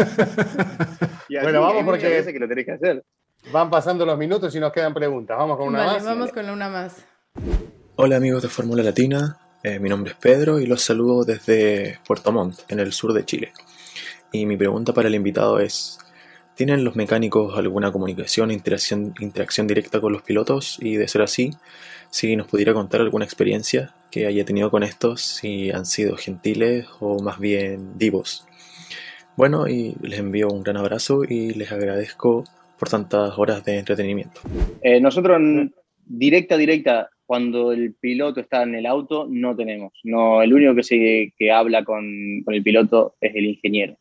Y bueno, vamos porque veces que lo tenés que hacer. Van pasando los minutos y nos quedan preguntas. Vamos con una vale, más. Vamos con una más. Hola amigos de Fórmula Latina, eh, mi nombre es Pedro y los saludo desde Puerto Montt, en el sur de Chile. Y mi pregunta para el invitado es, ¿tienen los mecánicos alguna comunicación, interacción, interacción directa con los pilotos? Y de ser así, si nos pudiera contar alguna experiencia que haya tenido con estos, si han sido gentiles o más bien divos. Bueno, y les envío un gran abrazo y les agradezco por tantas horas de entretenimiento. Eh, nosotros, directa, directa, cuando el piloto está en el auto, no tenemos. No, el único que, se, que habla con, con el piloto es el ingeniero.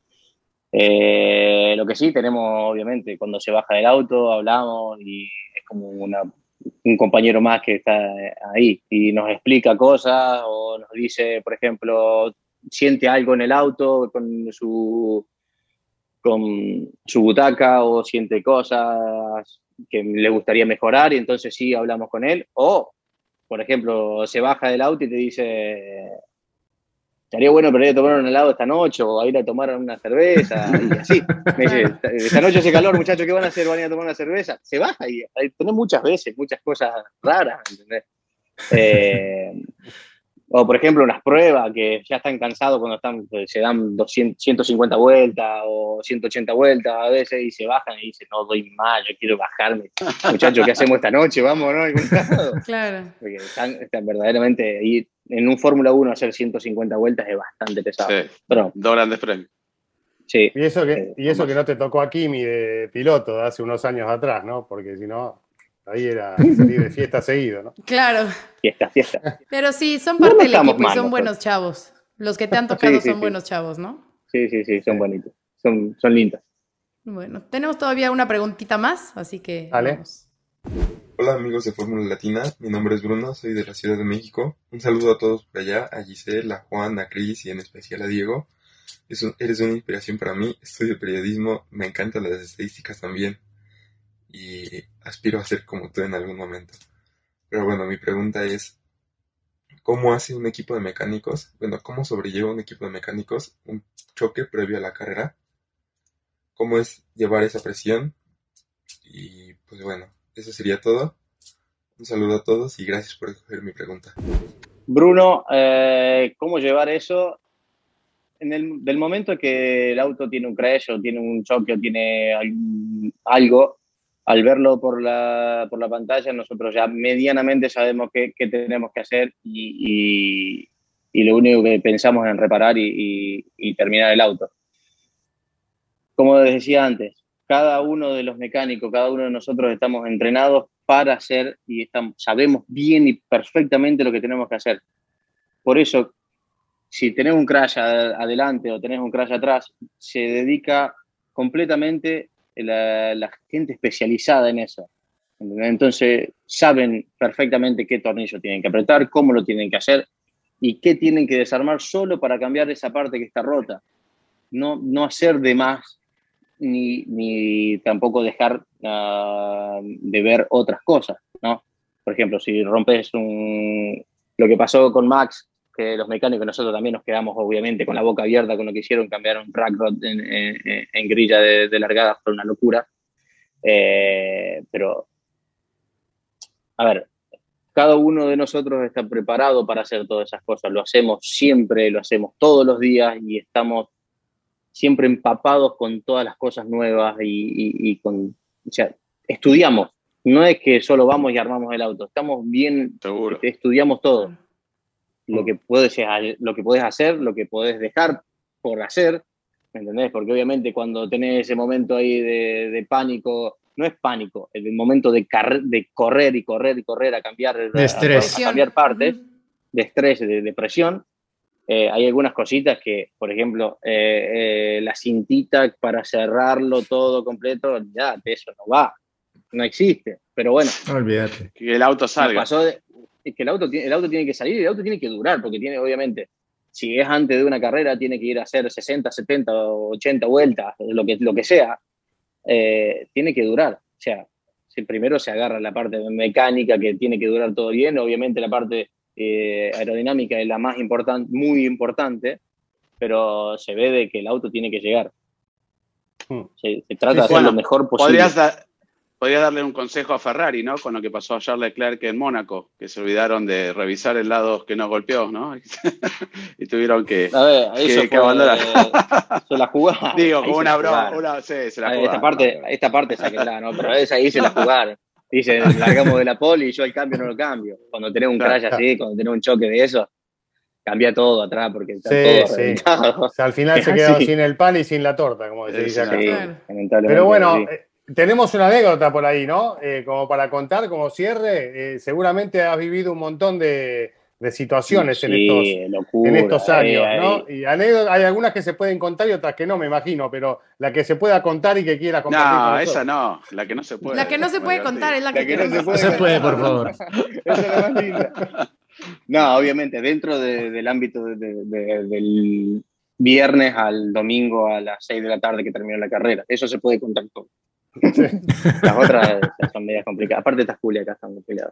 Eh, lo que sí tenemos, obviamente, cuando se baja del auto, hablamos y es como una, un compañero más que está ahí y nos explica cosas o nos dice, por ejemplo, siente algo en el auto con su, con su butaca o siente cosas que le gustaría mejorar y entonces sí hablamos con él. O, por ejemplo, se baja del auto y te dice... Estaría bueno para ir a tomar un helado esta noche o a ir a tomar una cerveza y así. Me dice, esta noche hace calor, muchachos, ¿qué van a hacer? ¿Van a ir a tomar una cerveza? Se baja y tenés muchas veces, muchas cosas raras, ¿entendés? Eh, o, por ejemplo, unas pruebas que ya están cansados cuando están, se dan doscientas, ciento cincuenta vueltas o ciento ochenta vueltas a veces y se bajan y dicen, no, doy mal, yo quiero bajarme. Muchachos, ¿qué hacemos esta noche? Vamos, ¿no? Claro. Porque están, están verdaderamente ahí. En un Fórmula uno hacer ciento cincuenta vueltas es bastante pesado. Sí, pero, dos grandes premios. Sí. Y eso, que, y eso que no te tocó a Kimi de piloto de hace unos años atrás, ¿no? Porque si no, ahí era salir de fiesta seguido, ¿no? Claro. Fiesta, fiesta. Pero sí, son parte no del equipo mal, y son ¿no? buenos chavos. Los que te han tocado sí, sí, son sí. buenos chavos, ¿no? Sí, sí, sí, son bonitos. Son, son lindos. Bueno, tenemos todavía una preguntita más, así que Dale. vamos. Hola amigos de Fórmula Latina, mi nombre es Bruno, soy de la Ciudad de México. Un saludo a todos por allá, a Giselle, a Juan, a Cris y en especial a Diego. Es un, eres una inspiración para mí, estudio periodismo, me encantan las estadísticas también y aspiro a ser como tú en algún momento. Pero bueno, mi pregunta es, ¿cómo hace un equipo de mecánicos, bueno, cómo sobrelleva un equipo de mecánicos un choque previo a la carrera? ¿Cómo es llevar esa presión? Y pues bueno, eso sería todo. Un saludo a todos y gracias por escoger mi pregunta. Bruno, eh, ¿cómo llevar eso? En el del momento que el auto tiene un crash o tiene un choque o tiene algún, algo, al verlo por la, por la pantalla, nosotros ya medianamente sabemos qué, qué tenemos que hacer y, y, y lo único que pensamos es en reparar y, y, y terminar el auto. Como les decía antes, cada uno de los mecánicos, cada uno de nosotros estamos entrenados para hacer y estamos, sabemos bien y perfectamente lo que tenemos que hacer. Por eso, si tenés un crash adelante o tenés un crash atrás, se dedica completamente la, la gente especializada en eso. Entonces, saben perfectamente qué tornillo tienen que apretar, cómo lo tienen que hacer y qué tienen que desarmar solo para cambiar esa parte que está rota. No, no hacer de más ni, ni tampoco dejar uh, de ver otras cosas, ¿no? Por ejemplo, si rompes un... lo que pasó con Max, que los mecánicos nosotros también nos quedamos obviamente con la boca abierta con lo que hicieron, cambiar un track rod en, en, en grilla de, de largada, fue una locura. Eh, pero, a ver, cada uno de nosotros está preparado para hacer todas esas cosas, lo hacemos siempre, lo hacemos todos los días y estamos siempre empapados con todas las cosas nuevas y, y, y con, o sea, estudiamos, no es que solo vamos y armamos el auto, estamos bien, Seguro. Estudiamos todo. Lo que puedes, lo que puedes hacer, lo que puedes dejar por hacer, ¿me entendés? Porque obviamente cuando tenés ese momento ahí de, de pánico, no es pánico, es el momento de, de correr y correr y correr a cambiar, de estrés. A, a cambiar partes, uh-huh. de estrés, de depresión. Eh, hay algunas cositas que, por ejemplo, eh, eh, la cintita para cerrarlo todo completo, olvídate, eso no va, no existe. Pero bueno, olvídate. Que el auto salga. Pasó de, que el auto, el auto tiene que salir y el auto tiene que durar, porque tiene, obviamente, si es antes de una carrera, tiene que ir a hacer sesenta, setenta, ochenta vueltas, lo que, lo que sea, eh, tiene que durar. O sea, si primero se agarra la parte mecánica, que tiene que durar todo bien, obviamente la parte eh, aerodinámica es la más importante, muy importante, pero se ve de que el auto tiene que llegar. Se, se trata sí, de hacer bueno, lo mejor posible. Podrías, da, podrías darle un consejo a Ferrari, ¿no? Con lo que pasó a Charles Leclerc en Mónaco, que se olvidaron de revisar el lado que no golpeó, ¿no? Y tuvieron que, a ver, eso que, que abandonar. Se la jugaron. Digo, como una broma. Una, sí, se la esta parte, esta parte saquenla, ¿no? Pero esa ahí se la jugaron. Dice, largamos de la pole y yo el cambio no lo cambio. Cuando tenés un crash claro, así, claro. Cuando tenés un choque de eso, cambia todo atrás porque está sí, todo sí. reventado. O sea, al final se quedó sin el pan y sin la torta, como se dice acá. Sí, claro. Pero bueno, sí. eh, tenemos una anécdota por ahí, ¿no? Eh, como para contar, como cierre, eh, seguramente has vivido un montón de, de situaciones sí, en, estos, locura, en estos años, eh, ¿no? Y anécdotas, hay algunas que se pueden contar y otras que no, me imino, pero la que se pueda contar y que quiera compartir no, con nosotros. esa no, la que no se puede. La que no se puede contar es la que, la que no se puede, se puede, por favor. Esa es la más linda. No, obviamente, dentro de, del ámbito de, de, de, del viernes al domingo a las seis de la tarde que terminó la carrera, eso se puede contar todo. Sí. Las otras son medias complicadas. Aparte está Julia acá, están muy peleadas.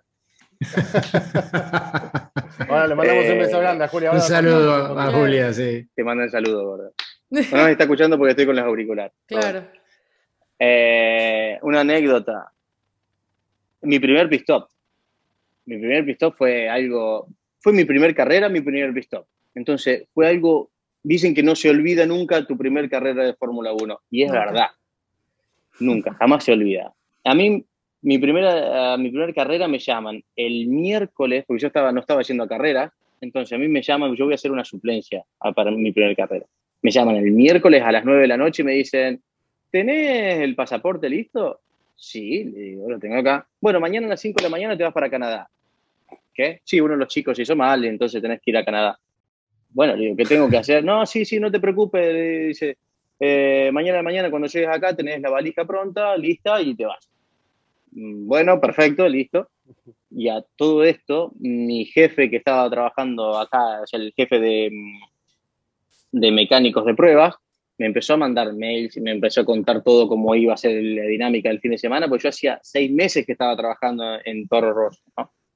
Ahora le mandamos eh, un beso grande a Julia. Un saludo a Julia, sí. Te mando un saludo, ¿verdad? No me está escuchando porque estoy con los auriculares. Claro. Eh, una anécdota. Mi primer pit stop. Mi primer pit stop fue algo... Fue mi primer carrera, mi primer pit stop. Entonces, fue algo... Dicen que no se olvida nunca tu primer carrera de Fórmula uno. Y es nunca. Verdad. Nunca, jamás se olvida. A mí, mi primera, uh, mi primera carrera me llaman el miércoles, porque yo estaba, no estaba yendo a carrera, entonces a mí me llaman, yo voy a hacer una suplencia para mi primera carrera. Me llaman el miércoles a las nueve de la noche y me dicen, ¿tenés el pasaporte listo? Sí, le digo, lo tengo acá. Bueno, mañana a las cinco de la mañana te vas para Canadá. ¿Qué? Sí, uno de los chicos hizo mal, entonces tenés que ir a Canadá. Bueno, le digo, ¿qué tengo que hacer? No, sí, sí, no te preocupes, le dice, eh, mañana de mañana cuando llegues acá tenés la valija pronta, lista y te vas. Bueno, perfecto, listo. Y a todo esto, mi jefe que estaba trabajando acá, o sea, el jefe de, de mecánicos de pruebas, me empezó a mandar mails y me empezó a contar todo cómo iba a ser la dinámica del fin de semana, porque yo hacía seis meses que estaba trabajando en Toro Rosso, ¿no?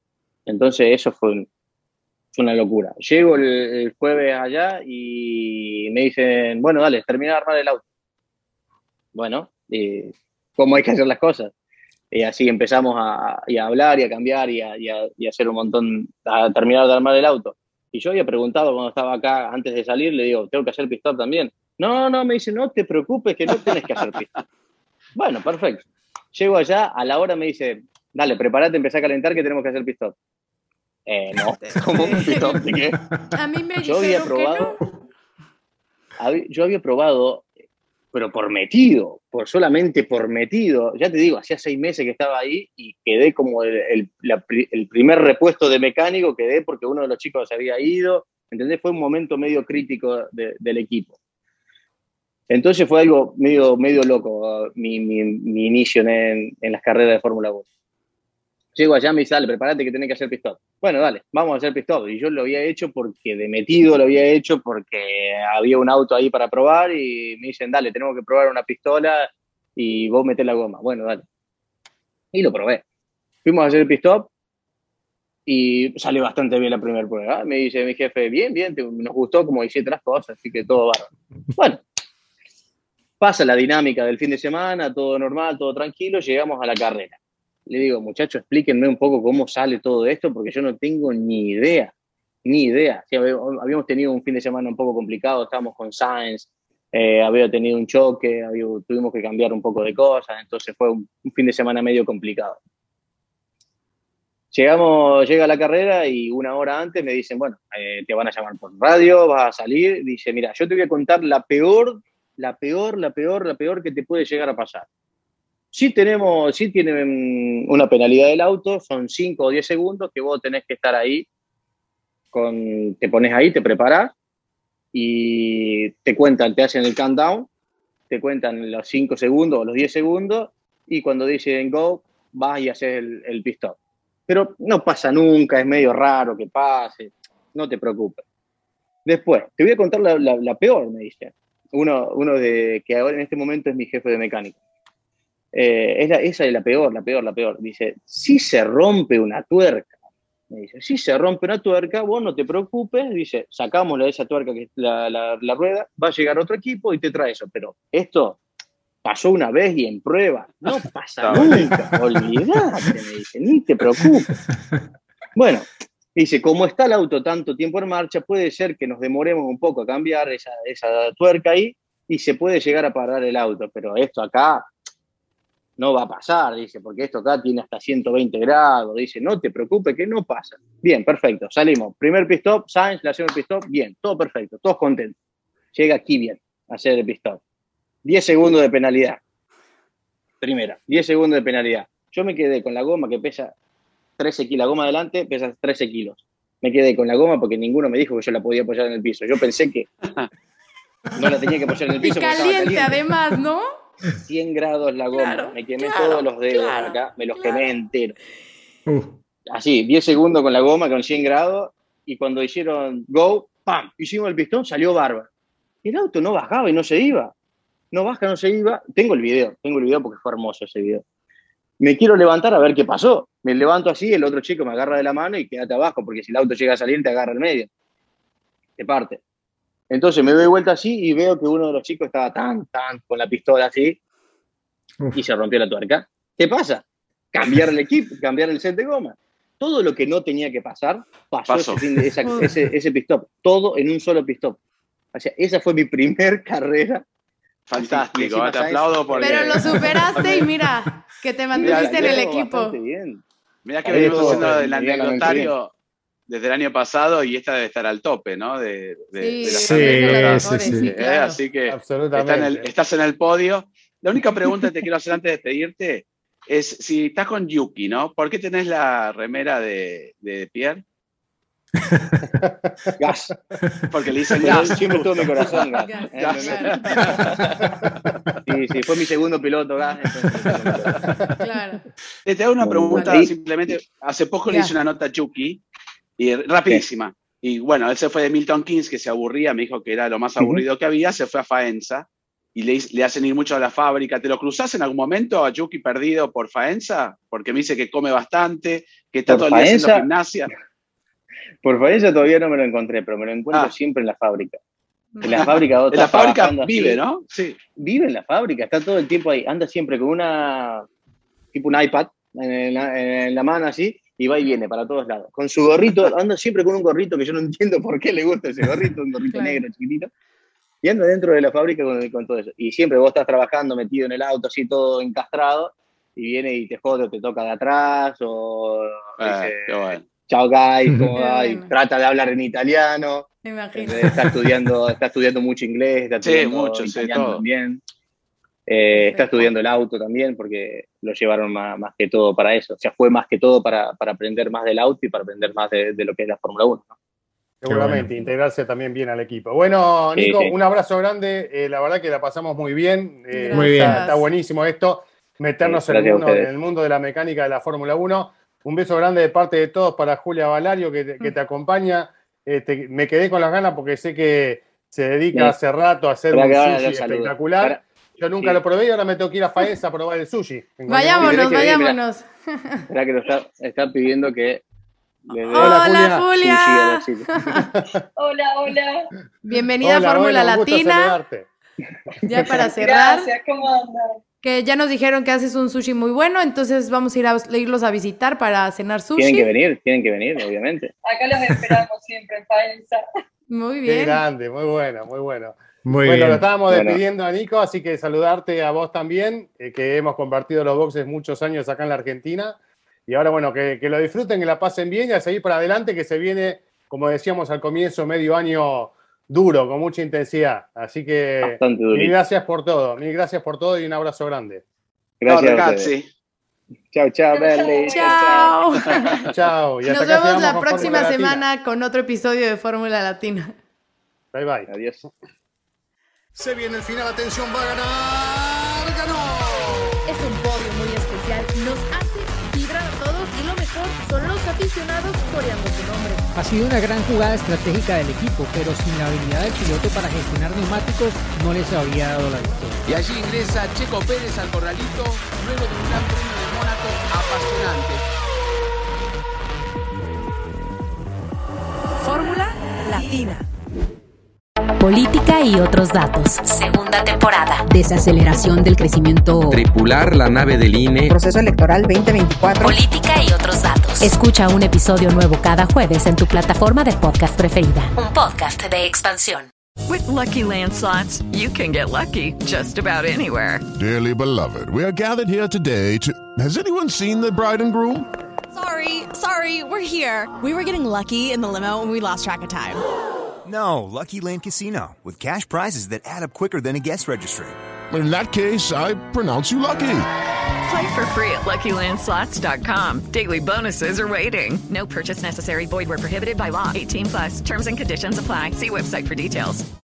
Entonces eso fue, un, fue una locura. Llego el, el jueves allá y me dicen, bueno, dale, termina de armar el auto. Bueno, eh, ¿cómo hay que hacer las cosas? Y así empezamos a, y a hablar y a cambiar y a, y, a, y a hacer un montón, a terminar de armar el auto. Y yo había preguntado cuando estaba acá, antes de salir, le digo, ¿tengo que hacer pit stop también? No, no, me dice, no te preocupes que no tienes que hacer pit stop. Bueno, perfecto. Llego allá, a la hora me dice, dale, prepárate, empecé a calentar que tenemos que hacer pit stop. Eh, no, ¿cómo un pit stop? ¿De qué? A mí me yo había dijeron probado, que no. Había, yo había probado, pero por metido, por solamente por metido. Ya te digo, hacía seis meses que estaba ahí y quedé como el, el, la, el primer repuesto de mecánico, quedé porque uno de los chicos se había ido, ¿entendés? Fue un momento medio crítico de, del equipo. Entonces fue algo medio, medio loco uh, mi, mi, mi inicio en, en las carreras de Fórmula uno. Llego allá, me dice, dale, prepárate que tenés que hacer pit stop. Bueno, dale, vamos a hacer pit stop. Y yo lo había hecho porque de metido lo había hecho porque había un auto ahí para probar y me dicen, dale, tenemos que probar una pistola y vos metés la goma. Bueno, dale. Y lo probé. Fuimos a hacer el pit stop y salió bastante bien la primera prueba. Me dice mi jefe, bien, bien, te, nos gustó como hiciste las cosas, así que todo bárbaro. Bueno. Pasa la dinámica del fin de semana, todo normal, todo tranquilo, llegamos a la carrera. Le digo, muchachos, explíquenme un poco cómo sale todo esto, porque yo no tengo ni idea, ni idea. Sí, habíamos tenido un fin de semana un poco complicado, estábamos con Sainz, eh, había tenido un choque, había, tuvimos que cambiar un poco de cosas, entonces fue un, un fin de semana medio complicado. Llegamos, llega la carrera y una hora antes me dicen, bueno, eh, te van a llamar por radio, vas a salir. Dice, mira, yo te voy a contar la peor... la peor, la peor, la peor que te puede llegar a pasar. Sí tenemos, sí tienen una penalidad del auto, son cinco o diez segundos que vos tenés que estar ahí, con, te pones ahí, te preparás y te cuentan, te hacen el countdown, te cuentan los cinco segundos o los diez segundos y cuando dicen go, vas y haces el, el pit stop. Pero no pasa nunca, es medio raro que pase, no te preocupes. Después, te voy a contar la, la, la peor, me dicen. Uno, uno de que ahora en este momento es mi jefe de mecánico. Eh, es la, esa es la peor, la peor, la peor. Dice, si se rompe una tuerca, me dice, si se rompe una tuerca, vos no te preocupes, dice, sacamos de esa tuerca, que la, la, la rueda, va a llegar otro equipo y te trae eso. Pero esto pasó una vez y en prueba, no pasa nunca, olvidate, me dice, ni te preocupes. Bueno, dice, como está el auto tanto tiempo en marcha, puede ser que nos demoremos un poco a cambiar esa, esa tuerca ahí y se puede llegar a parar el auto, pero esto acá no va a pasar, dice, porque esto acá tiene hasta ciento veinte grados, dice, no te preocupes que no pasa. Bien, perfecto, salimos. Primer pit stop, Sainz, le hacemos el pit stop, bien, todo perfecto, todos contentos. Llega Kvyat a hacer el pit stop. diez segundos de penalidad. Primera, diez segundos de penalidad. Yo me quedé con la goma que pesa trece kilos, la goma adelante pesa trece kilos. Me quedé con la goma porque ninguno me dijo que yo la podía apoyar en el piso. Yo pensé que no la tenía que apoyar en el piso. Y caliente, caliente. Además, ¿no? cien grados la goma. Claro, me quemé claro, todos los dedos claro, acá, me los claro. quemé enteros. Uh. Así, diez segundos con la goma, con cien grados, y cuando hicieron go, ¡pam! Hicimos el pistón, salió bárbaro. El auto no bajaba y no se iba. No baja, no se iba. Tengo el video, tengo el video porque fue hermoso ese video. Me quiero levantar a ver qué pasó. Me levanto así, el otro chico me agarra de la mano y quédate abajo, porque si el auto llega a salir, te agarra el medio. Te parte. Entonces me doy vuelta así y veo que uno de los chicos estaba tan, tan, con la pistola así, Uf. y se rompió la tuerca. ¿Qué pasa? Cambiar el equipo, cambiar el set de goma. Todo lo que no tenía que pasar, pasó, pasó. Ese, fin de, esa, ese, ese pit stop. Todo en un solo pit stop. O sea, esa fue mi primer carrera. Fantástico, te aplaudo por Pero lo superaste y mira, que te mantuviste en el equipo. Bien. Mira que venimos haciendo el anecdotario desde el año pasado y esta debe estar al tope, ¿no? De, de, sí, de las sí, anécdotas. sí, sí, sí, ¿Eh? claro. Así que está en el, estás en el podio. La única pregunta que te quiero hacer antes de despedirte es si estás con Yuki, ¿no? ¿Por qué tenés la remera de, de Pierre? Gas. Porque le dicen gas. Siempre estuvo en mi corazón, gas. Gas, gas. claro. Sí, sí, fue mi segundo piloto, gas. Entonces, claro. Te hago una pregunta vale. simplemente. Hace poco le hice una nota a Yuki, y rapidísima. Y bueno, él se fue de Milton Keynes, que se aburría, me dijo que era lo más aburrido uh-huh. que había, se fue a Faenza. y le, le hacen ir mucho a la fábrica. ¿Te lo cruzás en algún momento a Yuki perdido por Faenza? Porque me dice que come bastante, que está ¿Por todo el día Faenza? haciendo gimnasia. Por Faenza todavía no me lo encontré, pero me lo encuentro Ah. siempre en la fábrica. En la fábrica, vos En la estás fábrica trabajando vive, así. ¿no? Sí. Vive en la fábrica, está todo el tiempo ahí. Anda siempre con una, tipo un iPad en la, en la mano así, y va y viene para todos lados. Con su gorrito, anda siempre con un gorrito que yo no entiendo por qué le gusta ese gorrito, un gorrito Claro. negro chiquitito. Y anda dentro de la fábrica con, con todo eso. Y siempre vos estás trabajando metido en el auto, así todo encastrado, y viene y te jode o te toca de atrás, o Ah, dice, qué bueno. chao guys, ¿cómo Qué va? Y bueno. trata de hablar en italiano. Me imagino. Está estudiando, está estudiando mucho inglés, está Sí, estudiando mucho, sí, italiano todo. también. Eh, está estudiando el auto también porque lo llevaron más, más que todo para eso. O sea, fue más que todo para, para aprender más del auto y para aprender más de, de lo que es la Fórmula uno, ¿no? Seguramente, bueno. integrarse también bien al equipo. Bueno, Sí, Nico, sí. un abrazo grande. Eh, la verdad que la pasamos muy bien. Eh, Muy bien. Está, está buenísimo esto. Meternos Sí, en, el gracias a mundo, en ustedes. el mundo de la mecánica de la Fórmula uno. Un beso grande de parte de todos para Julia Valario, que te, que te acompaña. Este, me quedé con las ganas porque sé que se dedica Sí. hace rato a hacer Para un que ahora sushi los saludo. espectacular. Para- Yo nunca sí. lo probé y ahora me tengo que ir a Faenza a probar el sushi. En cualquier Vayámonos, tenés que venir, vayámonos. Esperá que lo está, está pidiendo que le dé Hola, Hola, Julia. sushi a la chica. Hola, hola. Bienvenida Hola, a Fórmula bueno, un gusto Latina. saludarte. Ya para cerrar, Gracias, ¿cómo andan? que ya nos dijeron que haces un sushi muy bueno, entonces vamos a ir a irlos a visitar para cenar sushi. Tienen que venir, tienen que venir, obviamente. Acá los esperamos siempre en Faenza. Muy Qué bien. grande, muy bueno, muy bueno. Muy bueno, bien. lo estábamos Bueno. despidiendo a Nico, así que saludarte a vos también, eh, que hemos compartido los boxes muchos años acá en la Argentina. Y ahora, bueno, que, que lo disfruten, que la pasen bien y a seguir para adelante, que se viene, como decíamos al comienzo, medio año duro, con mucha intensidad. Así que Bastante mil durito. gracias por todo, mil gracias por todo y un abrazo grande. Gracias No, a ustedes. ragazzi. Chao, chao, Berli. Chao. Chao. Y hasta Nos acá vemos llegamos la con próxima Fórmula Latina. semana con otro episodio de Fórmula Latina. Bye, bye. Adiós. Se viene el final, atención, va a ganar. ¡Ganó! Es un podio muy especial, nos hace vibrar a todos y lo mejor son los aficionados coreando su nombre. Ha sido una gran jugada estratégica del equipo, pero sin la habilidad del piloto para gestionar neumáticos no les habría dado la victoria. Y allí ingresa Checo Pérez al corralito luego de un gran premio de Mónaco apasionante. Fórmula Latina. Política y otros datos. Segunda temporada. Desaceleración del crecimiento. Tripular la nave del I N E. Proceso electoral veinte veinticuatro. Política y otros datos. Escucha un episodio nuevo cada jueves en tu plataforma de podcast preferida. Un podcast de Expansión. With Lucky Land Slots, you can get lucky just about anywhere. Dearly beloved, we are gathered here today to... Has anyone seen the bride and groom? Sorry, sorry, we're here. We were getting lucky in the limo and we lost track of time. No, Lucky Land Casino, with cash prizes that add up quicker than a guest registry. In that case, I pronounce you lucky. Play for free at Lucky Land Slots dot com. Daily bonuses are waiting. No purchase necessary. Void where prohibited by law. eighteen plus. Terms and conditions apply. See website for details.